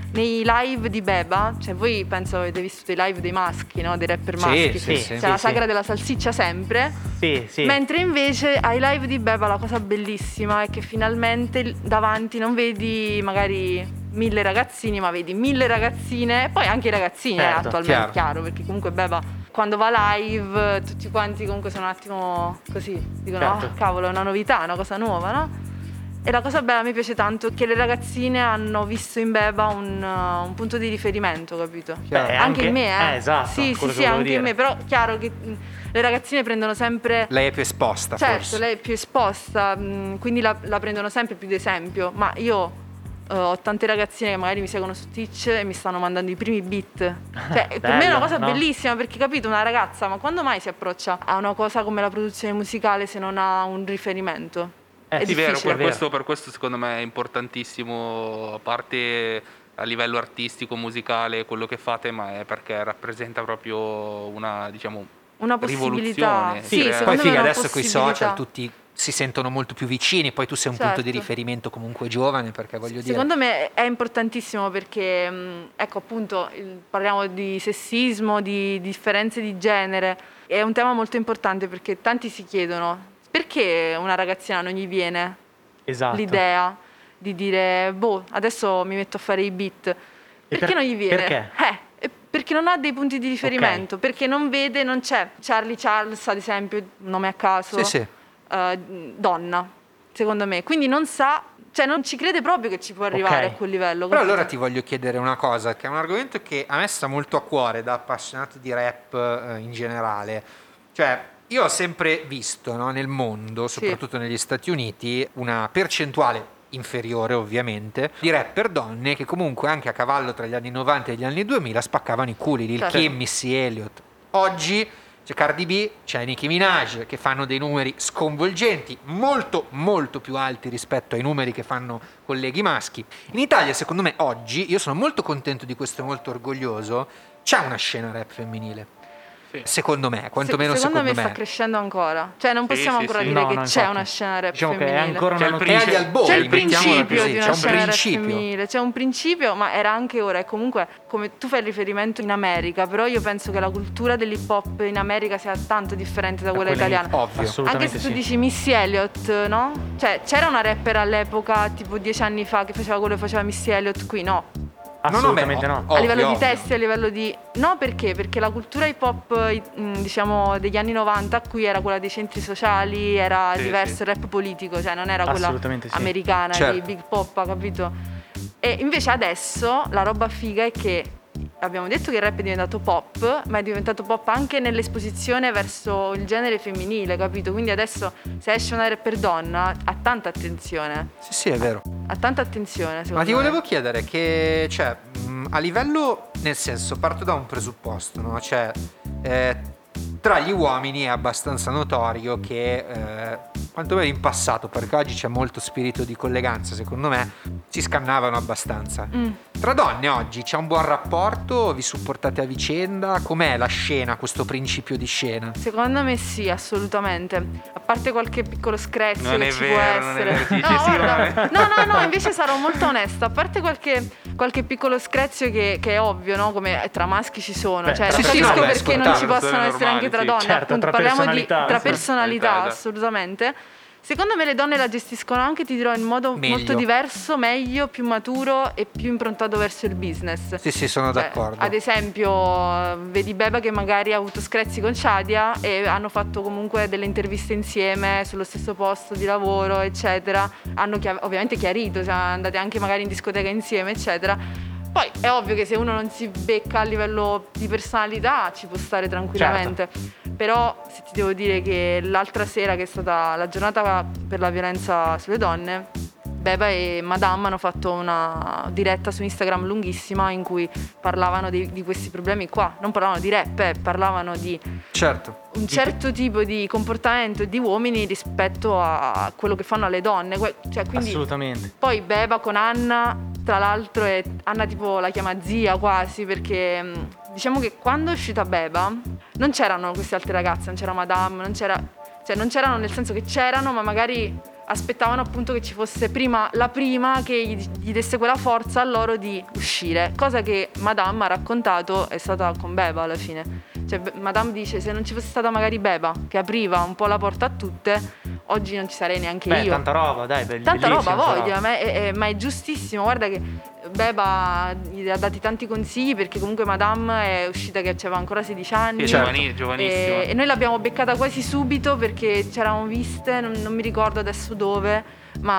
[SPEAKER 4] nei live di Beba, cioè voi penso avete visto dei live dei maschi, no? Dei rapper maschi.
[SPEAKER 3] sì,
[SPEAKER 5] sì,
[SPEAKER 3] sì.
[SPEAKER 4] C'è
[SPEAKER 5] sì,
[SPEAKER 4] la
[SPEAKER 5] sì.
[SPEAKER 4] sagra della salsiccia sempre.
[SPEAKER 5] Sì, sì.
[SPEAKER 4] Mentre invece ai live di Beba la cosa bellissima è che finalmente davanti non vedi magari mille ragazzini, ma vedi mille ragazzine e poi anche i ragazzini, eh,
[SPEAKER 5] Certo,
[SPEAKER 4] attualmente,
[SPEAKER 3] chiaro.
[SPEAKER 4] chiaro, perché comunque Beba quando va live tutti quanti comunque sono un attimo così, dicono
[SPEAKER 5] Certo.
[SPEAKER 4] ah cavolo, è una novità, è una cosa nuova, no? E la cosa bella, mi piace tanto, che le ragazzine hanno visto in Beba un, uh, un punto di riferimento, capito?
[SPEAKER 3] Chiaro.
[SPEAKER 5] Beh,
[SPEAKER 4] Anche,
[SPEAKER 5] anche-
[SPEAKER 4] in me, eh.
[SPEAKER 5] eh, esatto,
[SPEAKER 4] Sì, sì,
[SPEAKER 5] quello
[SPEAKER 4] sì,
[SPEAKER 5] che volevo
[SPEAKER 4] anche in
[SPEAKER 5] dire.
[SPEAKER 4] me, però chiaro che mh, le ragazzine prendono sempre...
[SPEAKER 3] Lei è più esposta,
[SPEAKER 4] Certo,
[SPEAKER 3] forse.
[SPEAKER 4] lei è più esposta, mh, quindi la, la prendono sempre più d'esempio, ma io eh, ho tante ragazzine che magari mi seguono su Twitch e mi stanno mandando i primi beat. Cioè, per me è una
[SPEAKER 5] Bello,
[SPEAKER 4] cosa
[SPEAKER 5] no?
[SPEAKER 4] bellissima, perché capito, una ragazza, ma quando mai si approccia a una cosa come la produzione musicale se non ha un riferimento?
[SPEAKER 5] Eh,
[SPEAKER 4] È
[SPEAKER 2] Sì, vero,
[SPEAKER 4] difficile.
[SPEAKER 2] per questo, per questo secondo me è importantissimo, a parte a livello artistico, musicale, quello che fate, ma è perché rappresenta proprio una, diciamo,
[SPEAKER 4] Una possibilità.
[SPEAKER 2] rivoluzione.
[SPEAKER 4] Sì,
[SPEAKER 2] Crea-
[SPEAKER 4] secondo
[SPEAKER 3] Poi
[SPEAKER 4] me
[SPEAKER 3] figa,
[SPEAKER 4] è una
[SPEAKER 3] adesso con i social
[SPEAKER 4] possibilità.
[SPEAKER 3] tutti si sentono molto più vicini, poi tu sei un punto di
[SPEAKER 4] Certo.
[SPEAKER 3] riferimento comunque giovane, perché voglio dire...
[SPEAKER 4] Secondo me è importantissimo perché, mh, ecco appunto, il- parliamo di sessismo, di differenze di genere, è un tema molto importante perché tanti si chiedono perché una ragazzina non gli viene
[SPEAKER 5] Esatto.
[SPEAKER 4] l'idea di dire boh, adesso mi metto a fare i beat. Perché
[SPEAKER 5] per-
[SPEAKER 4] non gli viene?
[SPEAKER 5] perché?
[SPEAKER 4] Eh, e perché non ha dei punti di riferimento, perché non vede, non c'è Charlie Charles ad esempio, nome a caso,
[SPEAKER 3] Sì, sì.
[SPEAKER 4] eh, donna, secondo me, quindi non sa, cioè non ci crede proprio che ci può arrivare
[SPEAKER 5] Ok.
[SPEAKER 4] a quel livello.
[SPEAKER 3] Però
[SPEAKER 4] capito?
[SPEAKER 3] allora ti voglio chiedere una cosa, che è un argomento che a me sta molto a cuore da appassionato di rap eh, in generale. Cioè, io ho sempre visto, no, nel mondo,
[SPEAKER 4] Sì.
[SPEAKER 3] soprattutto negli Stati Uniti, una percentuale inferiore ovviamente di rapper donne che comunque anche a cavallo tra gli anni novanta e gli anni duemila spaccavano i culi, Lil
[SPEAKER 4] Certo.
[SPEAKER 3] Kim, Missy Elliott. Oggi c'è Cardi B, c'è Nicki Minaj che fanno dei numeri sconvolgenti, molto molto più alti rispetto ai numeri che fanno colleghi maschi. In Italia secondo me oggi, io sono molto contento di questo e molto orgoglioso, c'è una scena rap femminile.
[SPEAKER 2] Sì.
[SPEAKER 3] Secondo me, quantomeno
[SPEAKER 4] Se- secondo,
[SPEAKER 3] secondo,
[SPEAKER 4] me sta crescendo ancora, cioè non
[SPEAKER 2] Sì,
[SPEAKER 4] possiamo
[SPEAKER 2] sì,
[SPEAKER 4] ancora
[SPEAKER 2] sì.
[SPEAKER 4] dire
[SPEAKER 5] No,
[SPEAKER 4] che
[SPEAKER 5] no,
[SPEAKER 4] c'è
[SPEAKER 5] infatti.
[SPEAKER 4] una scena rap
[SPEAKER 5] Diciamo che è
[SPEAKER 4] femminile.
[SPEAKER 5] ancora
[SPEAKER 2] C'è
[SPEAKER 5] una
[SPEAKER 2] il
[SPEAKER 3] È
[SPEAKER 5] notizia.
[SPEAKER 3] agli albori,
[SPEAKER 4] C'è il
[SPEAKER 3] mettiamola
[SPEAKER 4] principio
[SPEAKER 3] così,
[SPEAKER 4] di
[SPEAKER 3] c'è
[SPEAKER 4] una
[SPEAKER 3] un
[SPEAKER 4] scena rap
[SPEAKER 3] principio.
[SPEAKER 4] femminile, c'è un principio, ma era anche ora. E comunque, come tu fai riferimento in America, però io penso che la cultura dell'hip hop in America sia tanto differente da quella
[SPEAKER 3] quella in-
[SPEAKER 4] italiana.
[SPEAKER 3] ovvio.
[SPEAKER 4] Anche
[SPEAKER 5] Assolutamente
[SPEAKER 4] se tu
[SPEAKER 5] sì.
[SPEAKER 4] dici Missy Elliott, no? Cioè, c'era una rapper all'epoca, tipo dieci anni fa, che faceva quello che faceva Missy Elliott qui, no?
[SPEAKER 5] Assolutamente
[SPEAKER 3] No,
[SPEAKER 5] no.
[SPEAKER 3] no, beh,
[SPEAKER 4] a livello
[SPEAKER 3] ovvio,
[SPEAKER 4] di testi,
[SPEAKER 3] ovvio.
[SPEAKER 4] a livello di... No, perché? Perché la cultura hip hop, i- mh, diciamo, degli anni novanta qui era quella dei centri sociali, era
[SPEAKER 2] Sì,
[SPEAKER 4] diverso,
[SPEAKER 2] sì.
[SPEAKER 4] il rap politico, cioè non era quella
[SPEAKER 5] Assolutamente sì.
[SPEAKER 4] americana di
[SPEAKER 3] Certo.
[SPEAKER 4] Big Poppa, capito? E invece adesso la roba figa è che abbiamo detto che il rap è diventato pop, ma è diventato pop anche nell'esposizione verso il genere femminile, capito? Quindi adesso se esce una rapper donna ha tanta attenzione,
[SPEAKER 3] Sì, sì, è vero.
[SPEAKER 4] ha tanta attenzione secondo
[SPEAKER 3] Ma ti
[SPEAKER 4] me.
[SPEAKER 3] volevo chiedere che, cioè, mh, a livello, nel senso, parto da un presupposto, no? Cioè, eh, tra gli uomini è abbastanza notorio che, eh, quantomeno in passato, perché oggi c'è molto spirito di colleganza, secondo me, si scannavano abbastanza.
[SPEAKER 4] Mm.
[SPEAKER 3] Tra donne oggi c'è un buon rapporto? Vi supportate a vicenda? Com'è la scena, questo principio di scena?
[SPEAKER 4] Secondo me sì, assolutamente. A parte qualche piccolo screzio
[SPEAKER 2] Non
[SPEAKER 4] che
[SPEAKER 2] è
[SPEAKER 4] ci
[SPEAKER 2] vero,
[SPEAKER 4] può
[SPEAKER 2] non è
[SPEAKER 4] essere.
[SPEAKER 2] vero, dici
[SPEAKER 4] no,
[SPEAKER 2] sì,
[SPEAKER 4] guarda,
[SPEAKER 2] ma-
[SPEAKER 4] no, no, no, invece sarò molto onesta. A parte qualche, qualche piccolo screzio che, che è ovvio, no? Come tra maschi ci sono.
[SPEAKER 5] Beh,
[SPEAKER 4] cioè,
[SPEAKER 5] tra
[SPEAKER 4] non
[SPEAKER 3] sì,
[SPEAKER 4] capisco
[SPEAKER 3] no, beh,
[SPEAKER 4] perché non ci
[SPEAKER 3] scontato,
[SPEAKER 4] possano
[SPEAKER 2] sono
[SPEAKER 4] essere anche tra
[SPEAKER 2] normali, sì.
[SPEAKER 4] donne.
[SPEAKER 5] Certo,
[SPEAKER 4] Appunto,
[SPEAKER 5] tra
[SPEAKER 4] parliamo di
[SPEAKER 5] personalità,
[SPEAKER 4] tra
[SPEAKER 5] sì.
[SPEAKER 4] personalità,
[SPEAKER 2] Esatto.
[SPEAKER 4] assolutamente. Secondo me le donne la gestiscono anche, ti dirò, in modo
[SPEAKER 3] Meglio.
[SPEAKER 4] molto diverso, meglio, più maturo e più improntato verso il business.
[SPEAKER 3] Sì, sì, sono
[SPEAKER 4] Cioè,
[SPEAKER 3] d'accordo.
[SPEAKER 4] ad esempio, vedi Beba che magari ha avuto screzi con Shadia e hanno fatto comunque delle interviste insieme sullo stesso posto di lavoro, eccetera. Hanno chia- ovviamente chiarito, cioè andate anche magari in discoteca insieme, eccetera. Poi è ovvio che se uno non si becca a livello di personalità ci può stare tranquillamente. Però se ti devo dire che l'altra sera, che è stata la giornata per la violenza sulle donne, Beba e Madame hanno fatto una diretta su Instagram lunghissima in cui parlavano di, di questi problemi qua. Non parlavano di rap, eh, parlavano di
[SPEAKER 3] Certo.
[SPEAKER 4] un certo tipo di comportamento di uomini rispetto a quello che fanno alle donne. Que- Cioè, quindi
[SPEAKER 5] Assolutamente.
[SPEAKER 4] poi Beba con Anna, tra l'altro, è, Anna tipo la chiama zia quasi, perché mh, diciamo che quando è uscita Beba non c'erano queste altre ragazze, non c'era Madame, non c'era, cioè non c'erano nel senso che c'erano, ma magari aspettavano appunto che ci fosse prima la prima che gli, gli desse quella forza a loro di uscire, cosa che Madame ha raccontato è stata con Beba alla fine. Cioè Madame dice: se non ci fosse stata magari Beba che apriva un po' la porta a tutte, oggi non ci sarei neanche
[SPEAKER 5] Beh,
[SPEAKER 4] io.
[SPEAKER 5] tanta roba, dai, be-
[SPEAKER 4] Tanta roba,
[SPEAKER 5] bellissimo,
[SPEAKER 4] voglia,
[SPEAKER 5] però.
[SPEAKER 4] ma è, è- ma è giustissimo. Guarda che Beba gli ha dati tanti consigli, perché comunque Madame è uscita che aveva ancora sedici anni.
[SPEAKER 2] Sì,
[SPEAKER 3] Certo.
[SPEAKER 2] giovani- giovanissima.
[SPEAKER 4] E, e noi l'abbiamo beccata quasi subito perché ci eravamo viste, non, non mi ricordo adesso dove,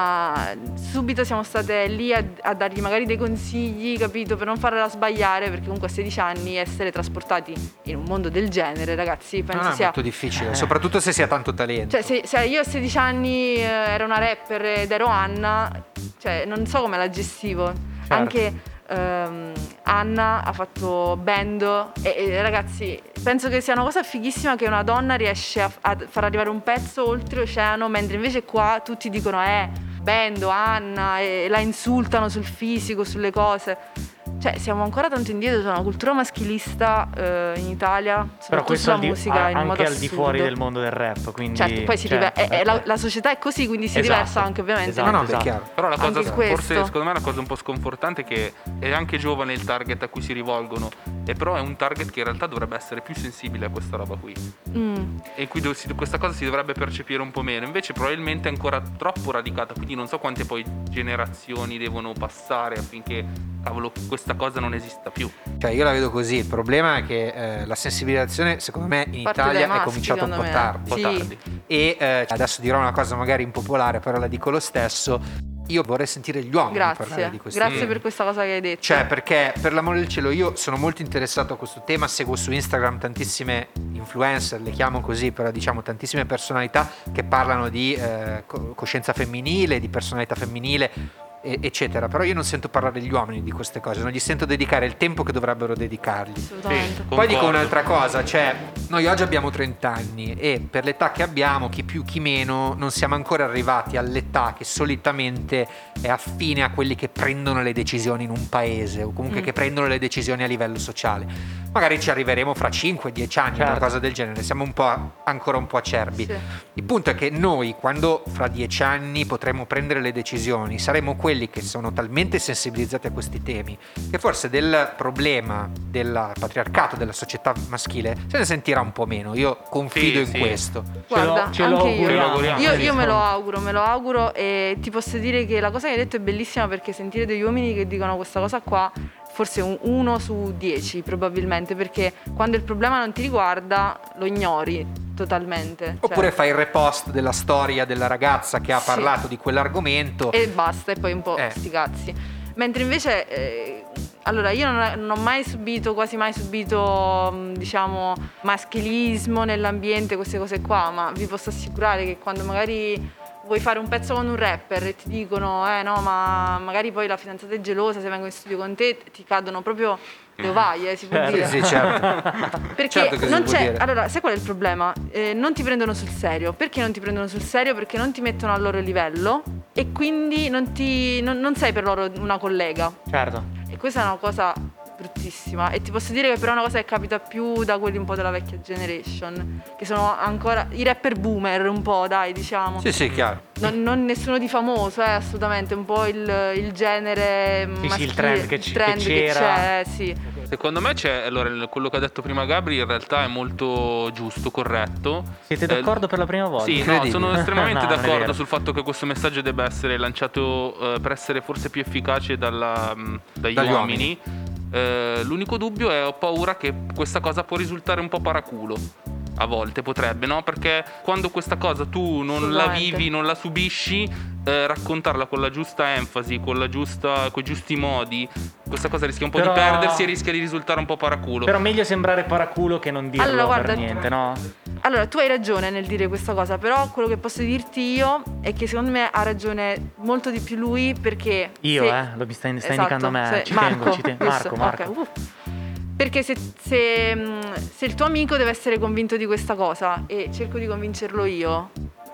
[SPEAKER 4] ma subito siamo state lì a, a dargli magari dei consigli, capito, per non farla sbagliare, perché comunque a sedici anni essere trasportati in un mondo del genere, ragazzi, penso
[SPEAKER 3] Non è
[SPEAKER 4] sia...
[SPEAKER 3] molto difficile, soprattutto se si ha tanto talento.
[SPEAKER 4] Cioè, se, se io a sedici anni eh, ero una rapper ed ero Anna, cioè non so come la gestivo. Anche ehm, Anna ha fatto band e, e ragazzi, penso che sia una cosa fighissima che una donna riesce a, a far arrivare un pezzo oltreoceano, mentre invece qua tutti dicono eh, band, Anna, e la insultano sul fisico, sulle cose. Cioè siamo ancora tanto indietro, c'è una cultura maschilista eh, in Italia,
[SPEAKER 5] Però
[SPEAKER 4] soprattutto
[SPEAKER 5] questo
[SPEAKER 4] sulla
[SPEAKER 5] al di-
[SPEAKER 4] musica,
[SPEAKER 5] a-
[SPEAKER 4] in un modo
[SPEAKER 5] anche al di
[SPEAKER 4] assurdo.
[SPEAKER 5] fuori del mondo del rap, quindi
[SPEAKER 4] Certo, poi si
[SPEAKER 5] cioè,
[SPEAKER 4] rive- è- è la,
[SPEAKER 5] eh,
[SPEAKER 4] la società è così, quindi si è
[SPEAKER 5] esatto,
[SPEAKER 4] diversa anche ovviamente.
[SPEAKER 5] esatto,
[SPEAKER 3] No, no, beh,
[SPEAKER 5] esatto.
[SPEAKER 3] chiaro.
[SPEAKER 2] Però la cosa,
[SPEAKER 4] Anche questo.
[SPEAKER 2] forse secondo me è una cosa un po' sconfortante, che è anche giovane il target a cui si rivolgono, e però è un target che in realtà dovrebbe essere più sensibile a questa roba qui,
[SPEAKER 4] Mm.
[SPEAKER 2] e qui do- si- questa cosa si dovrebbe percepire un po' meno, invece probabilmente è ancora troppo radicata, quindi non so quante poi generazioni devono passare affinché, cavolo, questa cosa non esista più.
[SPEAKER 3] Cioè io la vedo così, il problema è che eh, la sensibilizzazione secondo me in
[SPEAKER 4] Parte
[SPEAKER 3] Italia
[SPEAKER 4] dai maschi,
[SPEAKER 3] è cominciata un po'
[SPEAKER 4] secondo me.
[SPEAKER 3] tardi.
[SPEAKER 2] Un po'
[SPEAKER 4] Sì.
[SPEAKER 2] tardi.
[SPEAKER 3] E eh, adesso dirò una cosa magari impopolare, però la dico lo stesso, io vorrei sentire gli uomini parlare
[SPEAKER 4] Grazie,
[SPEAKER 3] di questo
[SPEAKER 4] grazie
[SPEAKER 3] tema.
[SPEAKER 4] per questa cosa che hai detto.
[SPEAKER 3] Cioè, perché per l'amore del cielo io sono molto interessato a questo tema, seguo su Instagram tantissime influencer, le chiamo così, però diciamo tantissime personalità che parlano di eh, co- coscienza femminile, di personalità femminile, e- eccetera. Però io non sento parlare gli uomini di queste cose, non gli sento dedicare il tempo che dovrebbero dedicargli.
[SPEAKER 4] Assolutamente.
[SPEAKER 3] Poi dico
[SPEAKER 2] Concordo.
[SPEAKER 3] un'altra cosa, cioè noi oggi abbiamo trenta anni e per l'età che abbiamo, chi più chi meno, non siamo ancora arrivati all'età che solitamente è affine a quelli che prendono le decisioni in un paese o comunque
[SPEAKER 4] Mm.
[SPEAKER 3] che prendono le decisioni a livello sociale. Magari ci arriveremo fra cinque dieci anni,
[SPEAKER 5] Certo.
[SPEAKER 3] una cosa del genere, siamo un po' ancora un po' acerbi.
[SPEAKER 4] Sì.
[SPEAKER 3] Il punto è che noi, quando fra dieci anni potremo prendere le decisioni, saremo quelli che sono talmente sensibilizzati a questi temi che forse del problema del patriarcato, della società maschile, se ne sentirà un po' meno. Io confido
[SPEAKER 2] Sì,
[SPEAKER 3] in
[SPEAKER 2] sì.
[SPEAKER 3] questo.
[SPEAKER 4] Guarda,
[SPEAKER 5] ce lo
[SPEAKER 4] anche
[SPEAKER 2] Ce lo
[SPEAKER 4] io.
[SPEAKER 2] auguriamo.
[SPEAKER 4] Io, io me lo auguro, me lo auguro e ti posso dire che la cosa che hai detto è bellissima, perché sentire degli uomini che dicono questa cosa qua, forse un uno su dieci probabilmente, perché quando il problema non ti riguarda lo ignori totalmente. Cioè,
[SPEAKER 3] Oppure fai il repost della storia della ragazza che ha
[SPEAKER 4] Sì.
[SPEAKER 3] parlato di quell'argomento.
[SPEAKER 4] e basta, e poi un po'
[SPEAKER 3] Eh.
[SPEAKER 4] sti cazzi. Mentre invece, eh, allora io non, non ho mai subito, quasi mai subito, mh, diciamo, maschilismo nell'ambiente, queste cose qua, ma vi posso assicurare che quando magari vuoi fare un pezzo con un rapper e ti dicono eh no, ma magari poi la fidanzata è gelosa se vengo in studio con te, ti cadono proprio le ovaie, si può
[SPEAKER 5] Certo.
[SPEAKER 4] dire.
[SPEAKER 3] Sì, sì, certo.
[SPEAKER 4] Perché
[SPEAKER 3] Certo che si
[SPEAKER 4] non
[SPEAKER 3] può
[SPEAKER 4] c'è.
[SPEAKER 3] dire.
[SPEAKER 4] Allora, sai qual è il problema? Eh, non ti prendono sul serio. Perché non ti prendono sul serio? Perché non ti mettono al loro livello e quindi non, ti, non, non sei per loro una collega.
[SPEAKER 5] Certo.
[SPEAKER 4] E questa è una cosa bruttissima. E ti posso dire che però è una cosa che capita più da quelli un po' della vecchia generation, che sono ancora i rapper boomer, un po', dai, diciamo.
[SPEAKER 3] Sì, sì, chiaro.
[SPEAKER 4] Non, non nessuno di famoso, eh, assolutamente, un po' il, il genere
[SPEAKER 5] Sì, sì,
[SPEAKER 4] maschile,
[SPEAKER 5] il trend che ci-
[SPEAKER 4] trend
[SPEAKER 5] che c'era.
[SPEAKER 4] c'è, sì.
[SPEAKER 2] Secondo me c'è, allora, il- quello che ha detto prima Gabri in realtà è molto giusto, corretto.
[SPEAKER 5] Siete
[SPEAKER 2] Eh,
[SPEAKER 5] d'accordo per la prima volta?
[SPEAKER 2] Sì, no,
[SPEAKER 3] Incredibile.
[SPEAKER 2] sono estremamente
[SPEAKER 5] No, non è
[SPEAKER 2] d'accordo
[SPEAKER 5] vero.
[SPEAKER 2] sul fatto che questo messaggio debba essere lanciato eh, per essere forse più efficace dalla, mh, dagli,
[SPEAKER 3] Dagli
[SPEAKER 2] uomini. Eh, l'unico dubbio è ho paura che questa cosa può risultare un po' paraculo. A volte potrebbe, no? Perché quando questa cosa tu non la
[SPEAKER 4] Assolutamente.
[SPEAKER 2] vivi, non la subisci, eh, raccontarla con la giusta enfasi, con la giusta, con i giusti modi, questa cosa rischia un po'
[SPEAKER 5] Però-
[SPEAKER 2] di perdersi e rischia di risultare un po' paraculo.
[SPEAKER 5] Però meglio sembrare paraculo che non dirlo
[SPEAKER 4] Allora, guarda,
[SPEAKER 5] per niente, no?
[SPEAKER 4] Allora, tu hai ragione nel dire questa cosa, però quello che posso dirti io è che secondo me ha ragione molto di più lui, perché...
[SPEAKER 5] Io,
[SPEAKER 4] se-
[SPEAKER 5] eh, lo mi stai, stai
[SPEAKER 4] Esatto,
[SPEAKER 5] indicando a me.
[SPEAKER 4] se-
[SPEAKER 5] Ci
[SPEAKER 4] Marco,
[SPEAKER 5] tengo, ci tengo.
[SPEAKER 4] giusto?
[SPEAKER 5] Marco, Marco.
[SPEAKER 4] Ok, uh. Perché se, se, mh, se il tuo amico deve essere convinto di questa cosa e cerco di convincerlo io,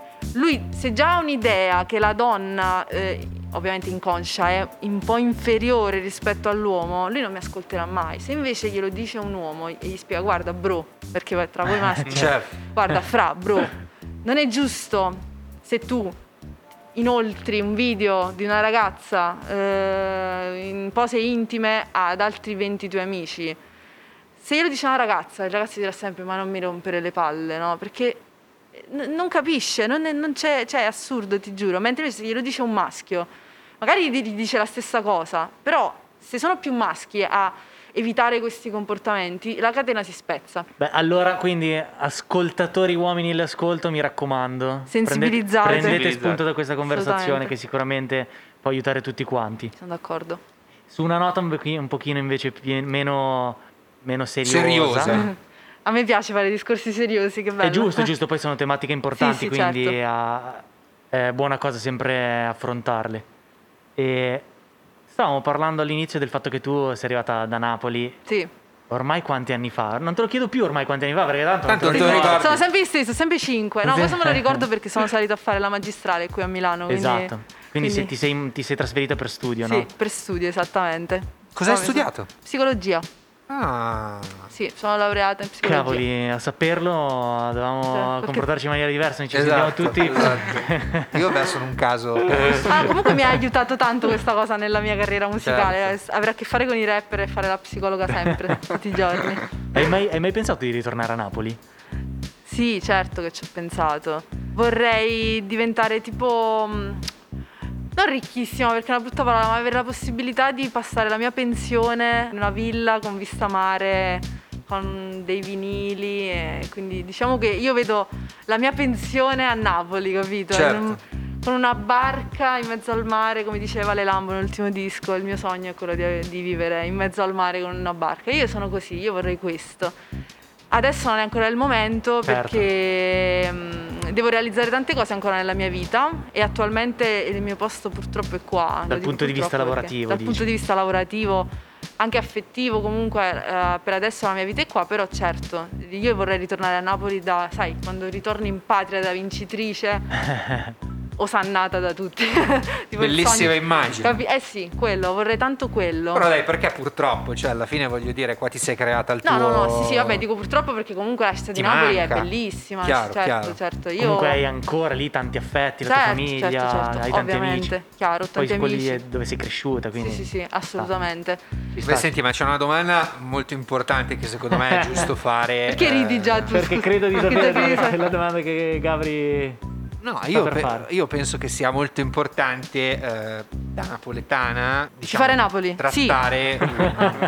[SPEAKER 4] lui se già ha un'idea che la donna, eh, ovviamente inconscia, è un po' inferiore rispetto all'uomo, lui non mi ascolterà mai. Se invece glielo dice un uomo e gli spiega, guarda bro, perché tra voi maschi,
[SPEAKER 3] Certo.
[SPEAKER 4] guarda fra bro, non è giusto se tu inoltri un video di una ragazza eh, in pose intime ad altri venti tuoi amici, se glielo dice una ragazza, il ragazzo dirà sempre ma non mi rompere le palle, no? Perché n- non capisce, non, è, non c'è, cioè è assurdo, ti giuro. Mentre invece se glielo dice un maschio, magari gli gli dice la stessa cosa, però se sono più maschi a evitare questi comportamenti, la catena si spezza.
[SPEAKER 5] Beh, allora quindi ascoltatori uomini all'ascolto, mi raccomando,
[SPEAKER 4] Sensibilizzate.
[SPEAKER 5] prendete, prendete
[SPEAKER 2] Sensibilizzate.
[SPEAKER 5] spunto da questa conversazione
[SPEAKER 4] Assolutamente.
[SPEAKER 5] che sicuramente può aiutare tutti quanti.
[SPEAKER 4] Sono d'accordo.
[SPEAKER 5] Su una nota un pochino, un pochino invece pie- meno, meno seriosa.
[SPEAKER 3] Seriosa.
[SPEAKER 4] A me piace fare discorsi seriosi, che bello.
[SPEAKER 5] È giusto, è giusto, poi sono tematiche importanti,
[SPEAKER 4] Sì, sì,
[SPEAKER 5] quindi
[SPEAKER 4] certo.
[SPEAKER 5] ah, è buona cosa sempre affrontarle. E stavamo parlando all'inizio del fatto che tu sei arrivata da Napoli.
[SPEAKER 4] Sì.
[SPEAKER 5] Ormai quanti anni fa? Non te lo chiedo più ormai quanti anni fa, perché tanto,
[SPEAKER 3] Tanto
[SPEAKER 5] non te
[SPEAKER 3] non
[SPEAKER 5] lo
[SPEAKER 3] te lo
[SPEAKER 5] ricordi.
[SPEAKER 3] ricordi.
[SPEAKER 4] Sono sempre gli stessi, sono sempre cinque. No, questo me lo ricordo perché sono salita a fare la magistrale qui a Milano. Quindi,
[SPEAKER 5] Esatto. Quindi, se
[SPEAKER 4] quindi-
[SPEAKER 5] ti, sei, ti sei trasferita per studio,
[SPEAKER 4] Sì,
[SPEAKER 5] no?
[SPEAKER 4] per studio, esattamente.
[SPEAKER 3] Cosa hai
[SPEAKER 4] No, mi-
[SPEAKER 3] studiato?
[SPEAKER 4] Psicologia.
[SPEAKER 3] Ah,
[SPEAKER 4] Sì, sono laureata in psicologia.
[SPEAKER 5] Cavoli, a saperlo dovevamo
[SPEAKER 4] Cioè, perché-
[SPEAKER 5] comportarci in maniera diversa, noi ci
[SPEAKER 3] esatto,
[SPEAKER 5] sentiamo tutti.
[SPEAKER 3] esatto. Io beh, sono un caso.
[SPEAKER 4] Ah, comunque mi ha aiutato tanto questa cosa nella mia carriera musicale.
[SPEAKER 3] Certo.
[SPEAKER 4] Avere a che fare con i rapper e fare la psicologa sempre, tutti i giorni.
[SPEAKER 5] Hai mai, hai mai pensato di ritornare a Napoli?
[SPEAKER 4] Sì, certo che ci ho pensato. Vorrei diventare tipo... mh, non ricchissima perché è una brutta parola, ma avere la possibilità di passare la mia pensione in una villa con vista mare, con dei vinili. E quindi diciamo che io vedo la mia pensione a Napoli, capito?
[SPEAKER 3] Certo.
[SPEAKER 4] In un- con una barca in mezzo al mare, come diceva Le Lambo nell'ultimo disco. Il mio sogno è quello di, di vivere in mezzo al mare con una barca. Io sono così, io vorrei questo. Adesso non è ancora il momento
[SPEAKER 5] Certo.
[SPEAKER 4] perché mh, devo realizzare tante cose ancora nella mia vita e attualmente il mio posto purtroppo è qua. Lo
[SPEAKER 5] Dal
[SPEAKER 4] dico
[SPEAKER 5] punto di vista
[SPEAKER 4] purtroppo
[SPEAKER 5] lavorativo,
[SPEAKER 4] perché- Dal
[SPEAKER 5] dici.
[SPEAKER 4] punto di vista lavorativo, anche affettivo comunque, eh, per adesso la mia vita è qua, però certo, io vorrei ritornare a Napoli da, sai, quando ritorni in patria da vincitrice, osannata da tutti. Tipo il
[SPEAKER 3] Bellissima
[SPEAKER 4] sogno-
[SPEAKER 3] immagine.
[SPEAKER 4] Capi- eh sì, quello, vorrei tanto quello.
[SPEAKER 3] Però dai, perché purtroppo, cioè alla fine voglio dire, qua ti sei creata il
[SPEAKER 4] No,
[SPEAKER 3] tuo...
[SPEAKER 4] no, no, sì, sì, vabbè, dico purtroppo perché comunque la città di
[SPEAKER 3] Ti
[SPEAKER 4] Napoli
[SPEAKER 3] manca.
[SPEAKER 4] è bellissima.
[SPEAKER 3] Chiaro,
[SPEAKER 4] certo,
[SPEAKER 3] chiaro.
[SPEAKER 4] certo. Io...
[SPEAKER 5] Comunque hai ancora lì tanti affetti, la tua
[SPEAKER 4] Certo,
[SPEAKER 5] famiglia,
[SPEAKER 4] certo, certo,
[SPEAKER 5] hai tanti
[SPEAKER 4] ovviamente,
[SPEAKER 5] amici.
[SPEAKER 4] chiaro, ho
[SPEAKER 5] Poi
[SPEAKER 4] tanti
[SPEAKER 5] quelli
[SPEAKER 4] amici.
[SPEAKER 5] dove sei cresciuta, quindi...
[SPEAKER 4] Sì, sì, sì, assolutamente.
[SPEAKER 5] ci
[SPEAKER 3] Beh,
[SPEAKER 5] sta.
[SPEAKER 3] senti, ma c'è una domanda molto importante che secondo me è giusto fare.
[SPEAKER 4] Perché ridi già tu?
[SPEAKER 5] Perché credo di
[SPEAKER 4] Perché
[SPEAKER 5] sapere
[SPEAKER 4] te-
[SPEAKER 5] la domanda che Gabri...
[SPEAKER 3] No, io,
[SPEAKER 5] per
[SPEAKER 3] pe-
[SPEAKER 5] fare.
[SPEAKER 3] io penso che sia molto importante eh, da napoletana diciamo,
[SPEAKER 4] fare Napoli,
[SPEAKER 3] trattare un,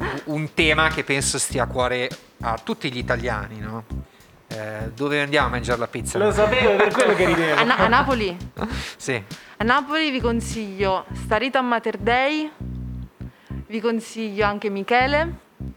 [SPEAKER 3] un tema che penso stia a cuore a tutti gli italiani, no? Eh, dove andiamo a mangiare la pizza?
[SPEAKER 5] Lo sapevo, è per quello che ridevo.
[SPEAKER 4] A, Na- a Napoli?
[SPEAKER 3] Sì.
[SPEAKER 4] A Napoli vi consiglio Starita a Mater Dei, vi consiglio anche Michele,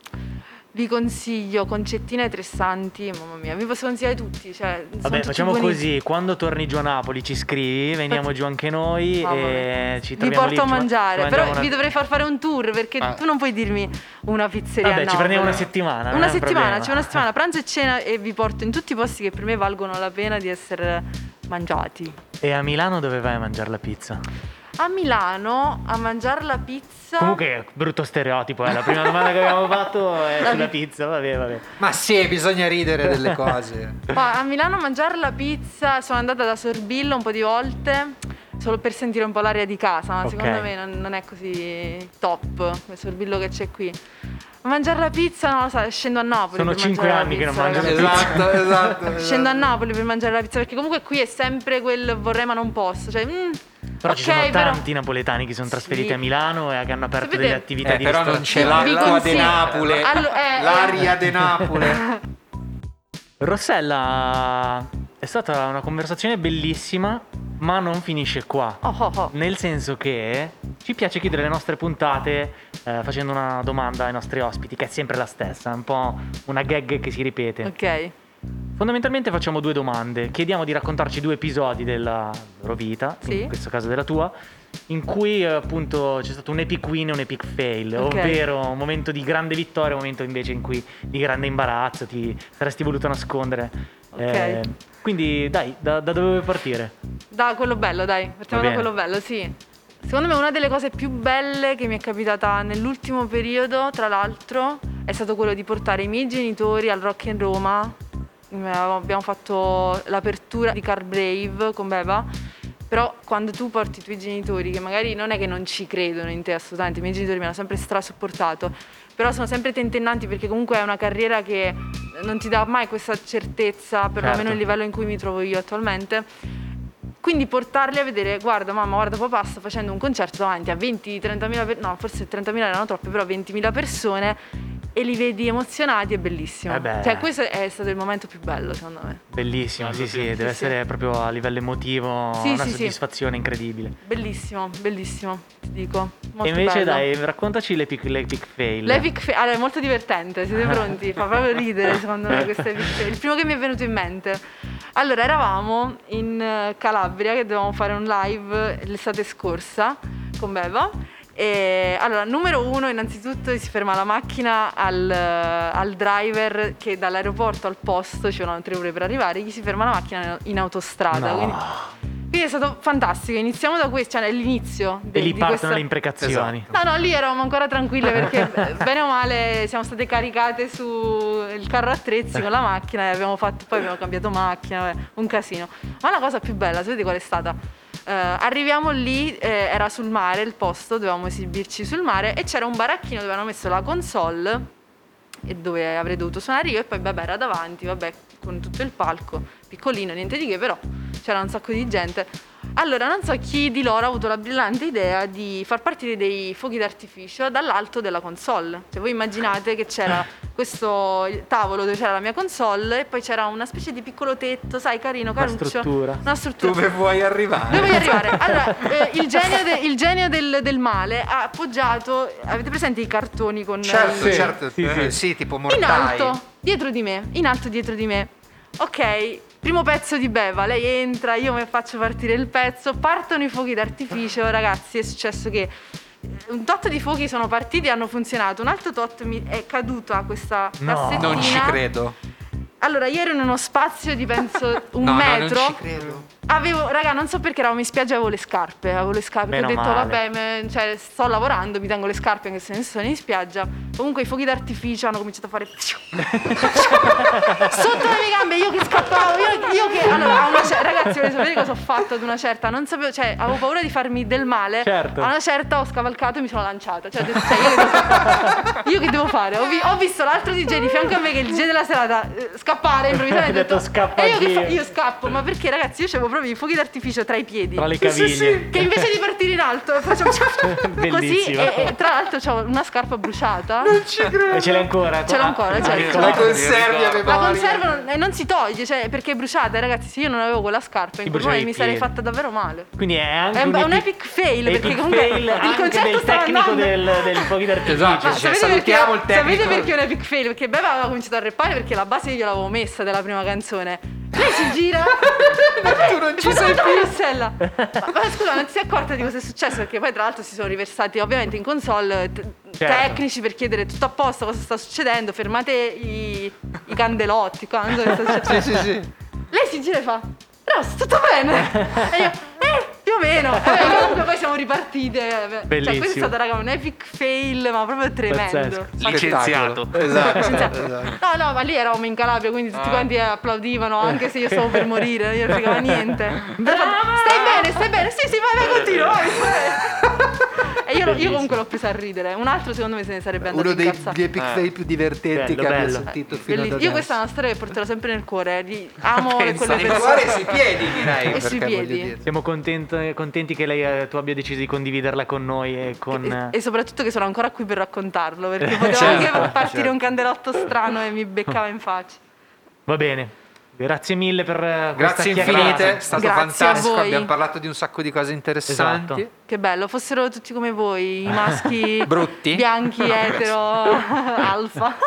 [SPEAKER 4] vi consiglio Concettina e Tre Santi, mamma mia, vi posso consigliare tutti. Cioè, sono
[SPEAKER 5] Vabbè,
[SPEAKER 4] tutti
[SPEAKER 5] facciamo
[SPEAKER 4] buonissimi.
[SPEAKER 5] così, quando torni giù a Napoli ci scrivi, veniamo giù anche noi
[SPEAKER 4] Mamma
[SPEAKER 5] e
[SPEAKER 4] mia.
[SPEAKER 5] ci
[SPEAKER 4] Vi
[SPEAKER 5] troviamo
[SPEAKER 4] porto
[SPEAKER 5] lì,
[SPEAKER 4] a
[SPEAKER 5] ci ma-
[SPEAKER 4] mangiare,
[SPEAKER 5] ci
[SPEAKER 4] però
[SPEAKER 5] mangiamo
[SPEAKER 4] vi
[SPEAKER 5] una-
[SPEAKER 4] dovrei far fare un tour perché
[SPEAKER 2] Ah.
[SPEAKER 4] tu non puoi dirmi una pizzeria
[SPEAKER 5] Vabbè,
[SPEAKER 4] a
[SPEAKER 5] ci prendiamo
[SPEAKER 4] Napoli.
[SPEAKER 5] una settimana, non è
[SPEAKER 4] Una
[SPEAKER 5] un
[SPEAKER 4] settimana,
[SPEAKER 5] problema.
[SPEAKER 4] c'è una settimana, pranzo e cena e vi porto in tutti i posti che per me valgono la pena di essere mangiati.
[SPEAKER 5] E a Milano dove vai a mangiare la pizza?
[SPEAKER 4] A Milano a mangiare la pizza.
[SPEAKER 5] Comunque, brutto stereotipo, eh. La prima domanda che abbiamo fatto è
[SPEAKER 4] La
[SPEAKER 5] sulla
[SPEAKER 4] pi-
[SPEAKER 5] pizza, vabbè, vabbè.
[SPEAKER 3] Ma sì, bisogna ridere delle cose.
[SPEAKER 4] Ma a Milano a mangiare la pizza sono andata da Sorbillo un po' di volte solo per sentire un po' l'aria di casa, ma
[SPEAKER 5] Ok.
[SPEAKER 4] secondo me non, non è così top quel Sorbillo che c'è qui. A mangiare la pizza, non lo so, scendo a Napoli.
[SPEAKER 5] Sono
[SPEAKER 4] per
[SPEAKER 5] cinque
[SPEAKER 4] mangiare la
[SPEAKER 5] anni che non
[SPEAKER 4] pizza,
[SPEAKER 5] mangio la
[SPEAKER 4] ragazzi.
[SPEAKER 5] pizza.
[SPEAKER 3] Esatto, esatto, esatto.
[SPEAKER 4] Scendo a Napoli per mangiare la pizza perché comunque qui è sempre quel vorrei ma non posso. Cioè, mm,
[SPEAKER 5] Però
[SPEAKER 4] ok,
[SPEAKER 5] ci sono
[SPEAKER 4] però-
[SPEAKER 5] tanti napoletani che sono trasferiti
[SPEAKER 4] Sì.
[SPEAKER 5] a Milano e che hanno aperto
[SPEAKER 4] Sapete-
[SPEAKER 5] delle attività
[SPEAKER 3] Eh,
[SPEAKER 5] di
[SPEAKER 3] però non c'è
[SPEAKER 5] ristorazione.
[SPEAKER 4] Vi
[SPEAKER 3] l'acqua di
[SPEAKER 4] consiglio-
[SPEAKER 3] Napoli,
[SPEAKER 4] Allo- eh,
[SPEAKER 3] l'aria di Napoli.
[SPEAKER 5] Rossella, è stata una conversazione bellissima, ma non finisce qua.
[SPEAKER 4] Oh, oh, oh.
[SPEAKER 5] Nel senso che ci piace chiudere le nostre puntate eh, facendo una domanda ai nostri ospiti, che è sempre la stessa, è un po' una gag che si ripete.
[SPEAKER 4] Ok.
[SPEAKER 5] Fondamentalmente facciamo due domande, chiediamo di raccontarci due episodi della loro vita,
[SPEAKER 4] Sì.
[SPEAKER 5] in questo caso della tua, in cui eh, appunto c'è stato un epic win e un epic fail,
[SPEAKER 4] Ok.
[SPEAKER 5] ovvero un momento di grande vittoria e un momento invece in cui di grande imbarazzo ti saresti voluto nascondere. Eh,
[SPEAKER 4] Ok.
[SPEAKER 5] quindi dai, da, da dove vuoi partire?
[SPEAKER 4] Da quello bello, dai, partiamo
[SPEAKER 5] Va
[SPEAKER 4] da
[SPEAKER 5] bene.
[SPEAKER 4] quello bello, sì. Secondo me una delle cose più belle che mi è capitata nell'ultimo periodo, tra l'altro, è stato quello di portare i miei genitori al Rock in Roma. Eh, Abbiamo fatto l'apertura di Car Brave con Beba, Però quando tu porti i tuoi genitori, che magari non è che non ci credono in te assolutamente, i miei genitori mi hanno sempre strasupportato, però sono sempre tentennanti perché comunque è una carriera che non ti dà mai questa certezza, perlomeno
[SPEAKER 5] Certo.
[SPEAKER 4] il livello in cui mi trovo io attualmente. Quindi portarli a vedere, guarda mamma, guarda papà sta facendo un concerto davanti a venti trentamila, per- no forse trentamila erano troppe, però ventimila persone e li vedi emozionati, è bellissimo.
[SPEAKER 5] Eh beh.
[SPEAKER 4] Cioè questo è stato il momento più bello secondo me.
[SPEAKER 5] Bellissimo, sì, sì, deve
[SPEAKER 4] Sì,
[SPEAKER 5] essere proprio a livello emotivo
[SPEAKER 4] Sì,
[SPEAKER 5] una
[SPEAKER 4] sì, sì.
[SPEAKER 5] soddisfazione incredibile.
[SPEAKER 4] Bellissimo, bellissimo, ti dico. Molto
[SPEAKER 5] E invece
[SPEAKER 4] bello.
[SPEAKER 5] dai, raccontaci l'epic, l'epic fail.
[SPEAKER 4] L'epic fail, allora, è molto divertente, siete pronti? Fa proprio ridere secondo me questo epic fail. Il primo che mi è venuto in mente. Allora, eravamo in eh, Calabria che dovevamo fare un live l'estate scorsa con Beva. E allora, numero uno, innanzitutto si ferma la macchina al, eh, al driver che dall'aeroporto al posto, ci vogliono tre ore per arrivare, gli si ferma la macchina in autostrada.
[SPEAKER 5] No.
[SPEAKER 4] Quindi, quindi è stato fantastico. Iniziamo da questo, cioè è l'inizio.
[SPEAKER 5] E
[SPEAKER 4] de-
[SPEAKER 5] lì
[SPEAKER 4] di
[SPEAKER 5] partono
[SPEAKER 4] questa-
[SPEAKER 5] le imprecazioni.
[SPEAKER 4] No, no, lì eravamo ancora tranquille perché eh, bene o male siamo state caricate sul carro attrezzi con la macchina e abbiamo fatto, poi abbiamo cambiato macchina, vabbè, un casino. Ma la cosa più bella, sapete qual è stata? Eh, arriviamo lì, eh, era sul mare il posto, dovevamo esibirci sul mare e c'era un baracchino dove hanno messo la console e dove avrei dovuto suonare io e poi vabbè era davanti, vabbè con tutto il palco, piccolino, niente di che, però c'era un sacco di gente. Allora non so chi di loro ha avuto la brillante idea di far partire dei fuochi d'artificio dall'alto della console. Cioè voi immaginate che c'era questo tavolo dove c'era la mia console e poi c'era una specie di piccolo tetto, sai, carino,
[SPEAKER 5] Una
[SPEAKER 4] caruccio.
[SPEAKER 5] struttura.
[SPEAKER 4] Una struttura.
[SPEAKER 3] Dove vuoi arrivare?
[SPEAKER 4] Dove voglio arrivare? Allora, eh, il genio, de- il genio del, del male ha appoggiato, avete presente i cartoni con
[SPEAKER 3] Certo,
[SPEAKER 4] i-
[SPEAKER 3] certo,
[SPEAKER 5] sì,
[SPEAKER 3] eh,
[SPEAKER 5] sì.
[SPEAKER 3] sì, tipo
[SPEAKER 4] in
[SPEAKER 3] mortai.
[SPEAKER 4] alto, dietro di me, in alto dietro di me. Ok, primo pezzo di Beva, lei entra, io mi faccio partire il pezzo, partono i fuochi d'artificio, ragazzi, è successo che un tot di fuochi sono partiti e hanno funzionato, un altro tot mi è caduta questa
[SPEAKER 5] No.
[SPEAKER 4] cassettina.
[SPEAKER 3] Non ci credo.
[SPEAKER 4] Allora, io ero in uno spazio di penso un
[SPEAKER 3] No, no,
[SPEAKER 4] metro.
[SPEAKER 3] non ci credo.
[SPEAKER 4] Avevo, raga, non so perché eravamo in spiaggia e avevo le scarpe, avevo le scarpe,
[SPEAKER 5] Meno
[SPEAKER 4] ho detto
[SPEAKER 5] male.
[SPEAKER 4] vabbè, me- cioè, sto lavorando, mi tengo le scarpe anche se non sono in spiaggia. Comunque i fuochi d'artificio hanno cominciato a fare sotto le mie gambe, io che scappavo, io, io che allora, a una cer- ragazzi, volete sapere cosa ho fatto ad una certa? Non sapevo, cioè, avevo paura di farmi del male.
[SPEAKER 5] Certo.
[SPEAKER 4] A una certa ho scavalcato e mi sono lanciata. Cioè, ho detto, cioè, io, che devo fare? Io che devo fare? Ho, vi- ho visto l'altro D J di fianco a me che è il D J della serata eh, scappare improvvisamente.
[SPEAKER 5] Hai
[SPEAKER 4] ho
[SPEAKER 5] detto, "Scappa
[SPEAKER 4] e io che
[SPEAKER 5] anch'io."
[SPEAKER 4] fa- io scappo, ma perché ragazzi io avevo proprio i fuochi d'artificio tra i piedi.
[SPEAKER 5] Tra le caviglie.
[SPEAKER 4] Che invece di partire in alto facciamo così
[SPEAKER 5] Bellissimo.
[SPEAKER 4] e, e tra l'altro ho una scarpa bruciata.
[SPEAKER 5] E ce l'hai ancora?
[SPEAKER 4] Ce l'ho ancora, cioè,
[SPEAKER 2] io
[SPEAKER 4] ce
[SPEAKER 3] La
[SPEAKER 4] l'ho.
[SPEAKER 3] conservi a
[SPEAKER 2] ricordo.
[SPEAKER 4] La
[SPEAKER 3] memoria.
[SPEAKER 4] conserva non, e non si toglie, cioè perché è bruciata, ragazzi. Se io non avevo quella scarpa, in
[SPEAKER 5] Ti
[SPEAKER 4] quel
[SPEAKER 5] bruciavi
[SPEAKER 4] momento mi
[SPEAKER 5] i
[SPEAKER 4] sarei
[SPEAKER 5] piedi.
[SPEAKER 4] fatta davvero male.
[SPEAKER 5] Quindi è anche
[SPEAKER 4] È un,
[SPEAKER 5] un,
[SPEAKER 4] è un epic fail perché
[SPEAKER 5] epic
[SPEAKER 4] comunque
[SPEAKER 5] fail
[SPEAKER 4] il
[SPEAKER 5] anche
[SPEAKER 4] concerto
[SPEAKER 5] del
[SPEAKER 4] stava
[SPEAKER 5] tecnico
[SPEAKER 4] andando.
[SPEAKER 5] del, del fuochi d'artificio.
[SPEAKER 3] Esatto,
[SPEAKER 4] Ma
[SPEAKER 3] cioè,
[SPEAKER 4] sapete
[SPEAKER 3] salutiamo
[SPEAKER 4] perché,
[SPEAKER 3] il tecnico.
[SPEAKER 4] sapete perché è un epic fail? Perché Beva aveva cominciato a rappare perché la base io gliel'avevo messa della prima canzone. Lei si gira.
[SPEAKER 3] Tu non ci
[SPEAKER 4] Ma
[SPEAKER 3] sei
[SPEAKER 4] dove
[SPEAKER 3] più.
[SPEAKER 4] Rossella? Ma, ma scusa, non ti sei accorta di cosa è successo? Perché poi tra l'altro si sono riversati ovviamente in console t-
[SPEAKER 5] Certo.
[SPEAKER 4] tecnici per chiedere tutto a posto, cosa sta succedendo, fermate i, i candelotti qua, non so cosa sta succedendo.
[SPEAKER 3] Sì, sì, sì.
[SPEAKER 4] Lei si gira e fa Ross, tutto bene? E io, eh, più o meno. Eh, comunque poi siamo ripartite. Cioè,
[SPEAKER 5] Bellissimo.
[SPEAKER 4] questo è stato, raga, un epic fail, ma proprio tremendo.
[SPEAKER 5] Pazzesco.
[SPEAKER 2] Licenziato.
[SPEAKER 3] Esatto,
[SPEAKER 4] Licenziato.
[SPEAKER 3] esatto.
[SPEAKER 4] No, no, ma lì eravamo in Calabria, quindi tutti
[SPEAKER 2] Ah.
[SPEAKER 4] quanti applaudivano, anche se io stavo per morire, non gli fregava niente. Hanno fatto, stai bene, stai bene, sì, sì, vai, vai, continua, vai, vai. E io, io comunque l'ho presa a ridere. Un altro secondo me se ne sarebbe andato
[SPEAKER 3] Uno dei,
[SPEAKER 4] incazzato.
[SPEAKER 3] degli epic
[SPEAKER 2] Eh.
[SPEAKER 3] fail più divertenti
[SPEAKER 5] Bello,
[SPEAKER 3] che abbia
[SPEAKER 5] bello.
[SPEAKER 3] sentito fino ad
[SPEAKER 4] Bellissimo.
[SPEAKER 3] adesso.
[SPEAKER 4] Io questa è una storia che porterò sempre nel cuore. Li amo le-
[SPEAKER 3] Pensa,
[SPEAKER 4] quelle
[SPEAKER 3] nel
[SPEAKER 4] persone.
[SPEAKER 3] cuore e sui piedi, direi.
[SPEAKER 4] E
[SPEAKER 3] perché
[SPEAKER 4] sui
[SPEAKER 3] voglio
[SPEAKER 4] piedi.
[SPEAKER 3] dire.
[SPEAKER 5] Siamo contenti, contenti che lei, eh, tu abbia deciso di condividerla con noi e con...
[SPEAKER 4] E, e soprattutto che sono ancora qui per raccontarlo, perché poteva
[SPEAKER 3] Certo,
[SPEAKER 4] anche partire
[SPEAKER 3] certo.
[SPEAKER 4] un candelotto strano e mi beccava in faccia.
[SPEAKER 5] Va bene. Grazie mille per eh, questa
[SPEAKER 3] Grazie
[SPEAKER 5] chiacchierata.
[SPEAKER 3] infinite, è stato
[SPEAKER 4] Grazie a
[SPEAKER 3] fantastico.
[SPEAKER 4] voi.
[SPEAKER 3] Abbiamo parlato di un sacco di cose interessanti.
[SPEAKER 5] Esatto.
[SPEAKER 4] Che bello, fossero tutti come voi, i maschi
[SPEAKER 3] Brutti?
[SPEAKER 4] bianchi, etero, alfa.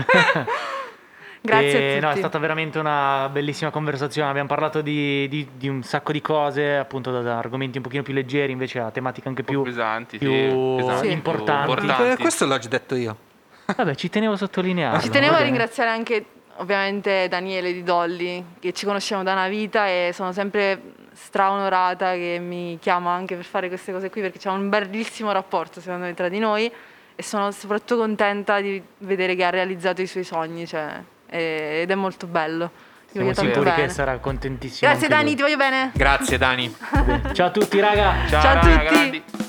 [SPEAKER 4] Grazie
[SPEAKER 5] E,
[SPEAKER 4] a tutti.
[SPEAKER 5] no, è stata veramente una bellissima conversazione. Abbiamo parlato di, di- di un sacco di cose, appunto da, da argomenti un pochino più leggeri, invece a tematiche anche più,
[SPEAKER 2] pesanti,
[SPEAKER 5] più
[SPEAKER 2] sì, pesanti,
[SPEAKER 4] Sì.
[SPEAKER 5] importanti.
[SPEAKER 2] più importanti.
[SPEAKER 3] Eh, Questo l'ho già detto io.
[SPEAKER 5] Vabbè, ci tenevo a sottolinearlo.
[SPEAKER 4] Ci tenevo
[SPEAKER 5] va
[SPEAKER 4] a
[SPEAKER 5] bene.
[SPEAKER 4] ringraziare anche ovviamente Daniele di Dolly, che ci conosciamo da una vita e sono sempre straonorata che mi chiama anche per fare queste cose qui, perché c'è un bellissimo rapporto secondo me tra di noi e sono soprattutto contenta di vedere che ha realizzato i suoi sogni, cioè, e- ed è molto bello.
[SPEAKER 5] Siamo
[SPEAKER 4] voglio tanto
[SPEAKER 5] sicuri
[SPEAKER 4] bene.
[SPEAKER 5] che sarà contentissimo.
[SPEAKER 4] Grazie
[SPEAKER 5] anche
[SPEAKER 4] Dani,
[SPEAKER 5] lui.
[SPEAKER 4] ti voglio bene.
[SPEAKER 3] Grazie Dani.
[SPEAKER 5] Ciao a tutti raga.
[SPEAKER 2] Ciao,
[SPEAKER 4] Ciao a
[SPEAKER 2] raga,
[SPEAKER 4] tutti.
[SPEAKER 2] grandi.